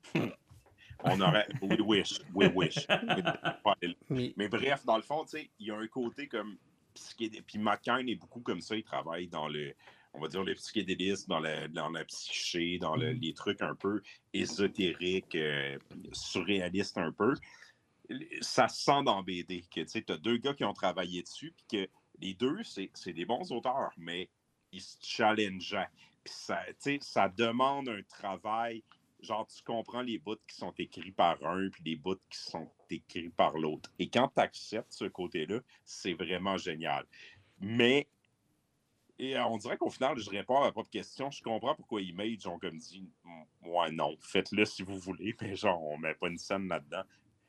On aurait... We wish, we wish. mais- Mais bref, dans le fond, tu sais, il y a un côté comme... psychédé- Puis Matt Kind est beaucoup comme ça, il travaille dans le... On va dire le psychédélisme, dans la, dans la psyché, dans le- les trucs un peu ésotériques, euh, surréalistes un peu. Ça se sent dans B D que tu as deux gars qui ont travaillé dessus, puis que les deux, c'est c'est des bons auteurs, mais ils se challengeaient. Puis ça, tu sais, ça demande un travail. Genre, tu comprends les bouts qui sont écrits par un, puis les bouts qui sont écrits par l'autre. Et quand tu acceptes ce côté-là, c'est vraiment génial. Mais, et on dirait qu'au final, je réponds à ma propre question. Je comprends pourquoi Image ont comme dit « Ouais, non, faites-le si vous voulez, mais genre, on met pas une scène là-dedans. »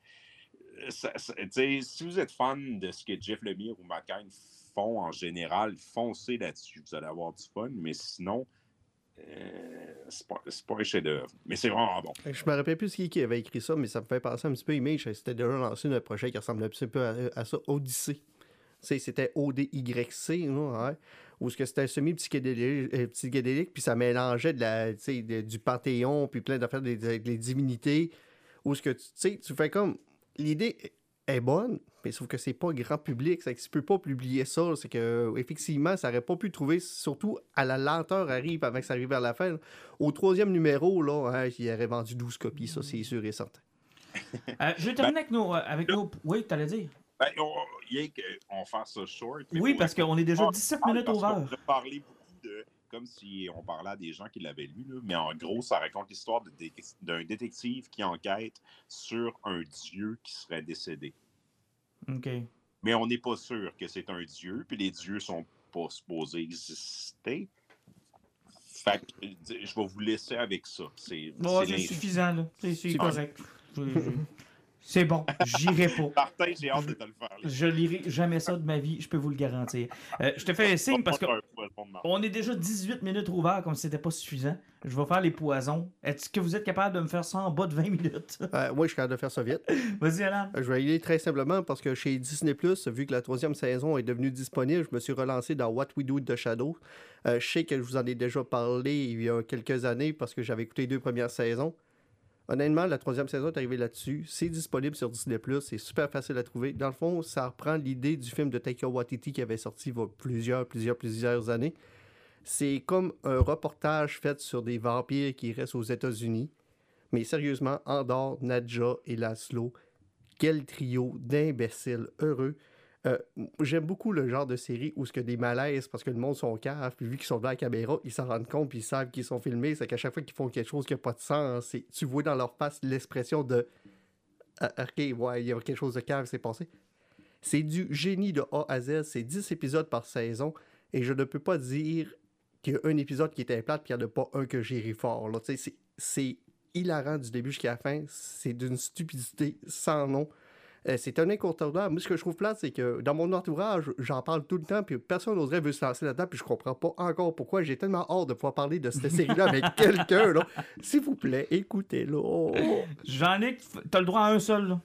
Ça, ça, si vous êtes fan de ce que Jeff Lemire ou Matt Kind font en général, foncez là-dessus. Vous allez avoir du fun, mais sinon, euh, c'est pas, c'est pas un chef-d'œuvre. Mais c'est vraiment bon. Je me rappelle plus qui qui avait écrit ça, mais ça me fait penser un petit peu Image. C'était déjà lancé un projet qui ressemblait un petit peu à, à ça, Odyssey. Tu sais, c'était O D Y C, là, ouais, où c'était semi-psychédélique, euh, psychédélique, puis ça mélangeait de la, tu sais, de- du Panthéon, puis plein d'affaires des, des, des divinités, où ce que tu sais, tu fais comme... L'idée est bonne, mais sauf que c'est pas grand public, c'est que tu peux pas publier ça, c'est que effectivement, ça aurait pas pu trouver, surtout à la lenteur arrive avant que ça arrive vers la fin. Là. Au troisième numéro, là, hein, il aurait vendu douze copies, ça c'est sûr et certain. Euh, je vais terminer avec nos... euh, avec nos... Oui, t'allais dire? Ben, on, il y a qu'on fasse ça short. mais Oui, faut- parce qu'on est déjà Ah, dix-sept ah, minutes parce qu'on over. pourrait parler beaucoup de... Comme si on parlait à des gens qui l'avaient lu, là, mais en gros, ça raconte l'histoire de dé- d'un détective qui enquête sur un dieu qui serait décédé. OK. Mais on n'est pas sûr que c'est un dieu, puis les dieux sont pas supposés exister. Fait que euh, je vais vous laisser avec ça. C'est Bon, c'est c'est l'in- suffisant, là. C'est c'est C'est correct. Je- je- C'est bon, j'irai pas. Martin, j'ai hâte de te le faire. là. Je lirai jamais ça de ma vie, je peux vous le garantir. Euh, je te fais un signe parce que Pas un poisson de On est déjà dix-huit minutes ouverts comme si c'était pas suffisant. Je vais faire les poisons. Est-ce que vous êtes capable de me faire ça en bas de vingt minutes? Euh, moi, je suis capable de faire ça vite. Vas-y, Alan. Je vais y aller très simplement parce que chez Disney plus, vu que la troisième saison est devenue disponible, je me suis relancé dans What We Do with the Shadow. Euh, je sais que je vous en ai déjà parlé il y a quelques années parce que j'avais écouté les deux premières saisons. Honnêtement, la troisième saison est arrivée là-dessus. C'est disponible sur Disney plus, c'est super facile à trouver. Dans le fond, ça reprend l'idée du film de Taika Waititi qui avait sorti il y a plusieurs, plusieurs, plusieurs années. C'est comme un reportage fait sur des vampires qui restent aux États-Unis. Mais sérieusement, Andor, Nadja et Laszlo, quel trio d'imbéciles heureux. Euh, j'aime beaucoup le genre de série où il y a des malaises parce que le monde sont caves, puis vu qu'ils sont devant la caméra, ils s'en rendent compte, puis ils savent qu'ils sont filmés. C'est qu'à chaque fois qu'ils font quelque chose qui n'a pas de sens, c'est, tu vois dans leur face l'expression de ah, ok, ouais, il y a quelque chose de cave qui s'est passé. C'est du génie de A à Z, c'est dix épisodes par saison, et je ne peux pas dire qu'il y a un épisode qui était plate, puis il n'y en a pas un que j'ai ri fort. Là. C'est, c'est hilarant du début jusqu'à la fin, c'est d'une stupidité sans nom. Euh, c'est un incontournable. Moi, ce que je trouve plate, c'est que dans mon entourage, j'en parle tout le temps, puis personne n'oserait veut se lancer là-dedans, puis je comprends pas encore pourquoi. J'ai tellement hâte de pouvoir parler de cette série-là avec quelqu'un, là. S'il vous plaît, écoutez-le. Oh. Jean-Nic, t'as le droit à un seul, là.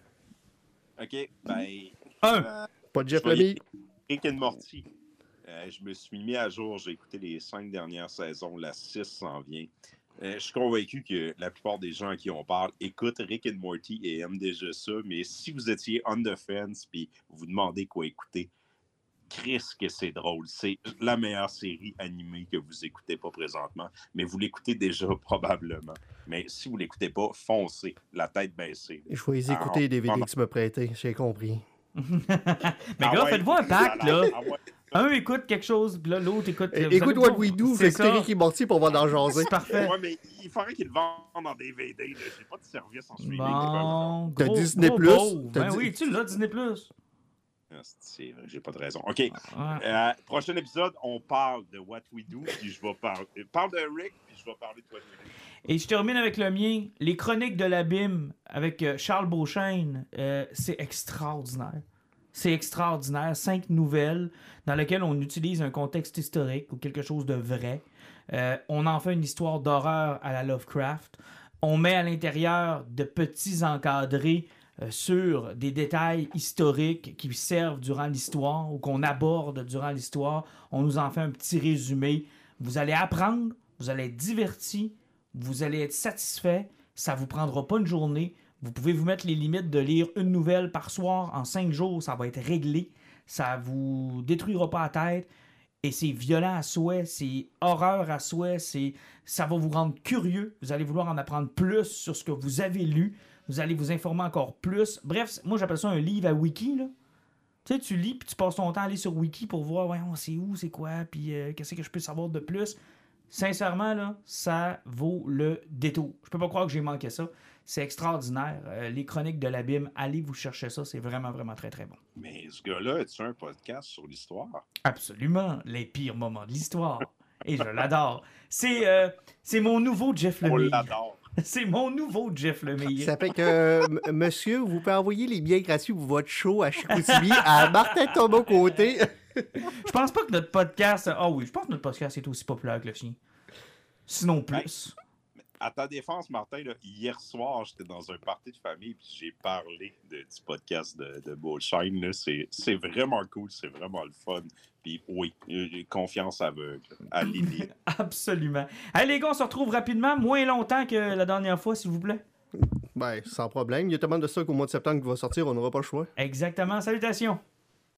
OK, ben... Un! Euh, Pas de Jeff je vais y- Lemire. Rick and Morty. Euh, je me suis mis à jour, j'ai écouté les cinq dernières saisons, la six s'en vient. Euh, je suis convaincu que la plupart des gens à qui on parle écoutent Rick and Morty et aiment déjà ça, mais si vous étiez on the fence puis vous vous demandez quoi écouter, Chris que c'est drôle. C'est la meilleure série animée que vous écoutez pas présentement, mais vous l'écoutez déjà probablement. Mais si vous l'écoutez pas, foncez, la tête baissée. Je vais les écouter, les D V D que tu m'as prêté, j'ai compris. Mais Ah gars, ouais, faites-vous un pacte, là. ah ouais. Un écoute quelque chose, puis là, l'autre écoute... Eh, vous allez écoute What voir- We Do, c'est fait que ça. Rick et Morty pour voir en jaser. C'est parfait. Ouais, mais il faudrait qu'ils le vendent en D V D. Là. J'ai pas de service en streaming. Bon, T'as gros- Disney gros Plus, pauvre. t'as Ben Di- oui, tu l'as, Disney Plus. Ah, c'est vrai, j'ai pas de raison. OK. Ouais. Euh, prochain épisode, on parle de What We Do, puis je vais parler... Parle de Rick, puis je vais parler de What We Do. Et je termine avec le mien, Les Chroniques de l'Abîme, avec euh, Charles Beauchesne. Euh, c'est extraordinaire. C'est extraordinaire. Cinq nouvelles dans lesquelles on utilise un contexte historique ou quelque chose de vrai. Euh, on en fait une histoire d'horreur à la Lovecraft. On met à l'intérieur de petits encadrés euh, sur des détails historiques qui servent durant l'histoire ou qu'on aborde durant l'histoire. On nous en fait un petit résumé. Vous allez apprendre, vous allez être divertis, vous allez être satisfait. Ça vous prendra pas une journée. Vous pouvez vous mettre les limites de lire une nouvelle par soir en cinq jours. Ça va être réglé. Ça vous détruira pas la tête. Et c'est violent à souhait. C'est horreur à souhait. C'est... Ça va vous rendre curieux. Vous allez vouloir en apprendre plus sur ce que vous avez lu. Vous allez vous informer encore plus. Bref, moi j'appelle ça un livre à wiki, là. Tu sais, tu lis puis tu passes ton temps à aller sur wiki pour voir, voyons, c'est où, c'est quoi, puis euh, qu'est-ce que je peux savoir de plus. Sincèrement, là, ça vaut le détour. Je peux pas croire que j'ai manqué ça. C'est extraordinaire. Euh, les Chroniques de l'Abîme, allez vous chercher ça. C'est vraiment, vraiment très, très bon. Mais ce gars-là, as-tu un podcast sur l'histoire? Absolument. Les pires moments de l'histoire. Et je l'adore. C'est, euh, c'est mon nouveau Jeff On Lemire. l'adore. C'est mon nouveau Jeff Lemire. Ça fait que, euh, m- monsieur, vous pouvez envoyer les biens gratuits pour votre show à Chicoutimi à Martin Tombeau-Côté. Je pense pas que notre podcast... Ah oui, je pense que notre podcast est aussi populaire que le sien. Sinon plus. À ta défense, Martin, là, hier soir, j'étais dans un party de famille puis j'ai parlé de- du podcast de, de Beauchesne. là. C'est, c'est vraiment cool, c'est vraiment le fun. Puis oui, j'ai confiance aveugle à Lily. Absolument. Allez les gars, on se retrouve rapidement, moins longtemps que la dernière fois, s'il vous plaît. Ben, sans problème. Il y a tellement de ça qu'au mois de septembre qui va sortir, on n'aura pas le choix. Exactement. Salutations.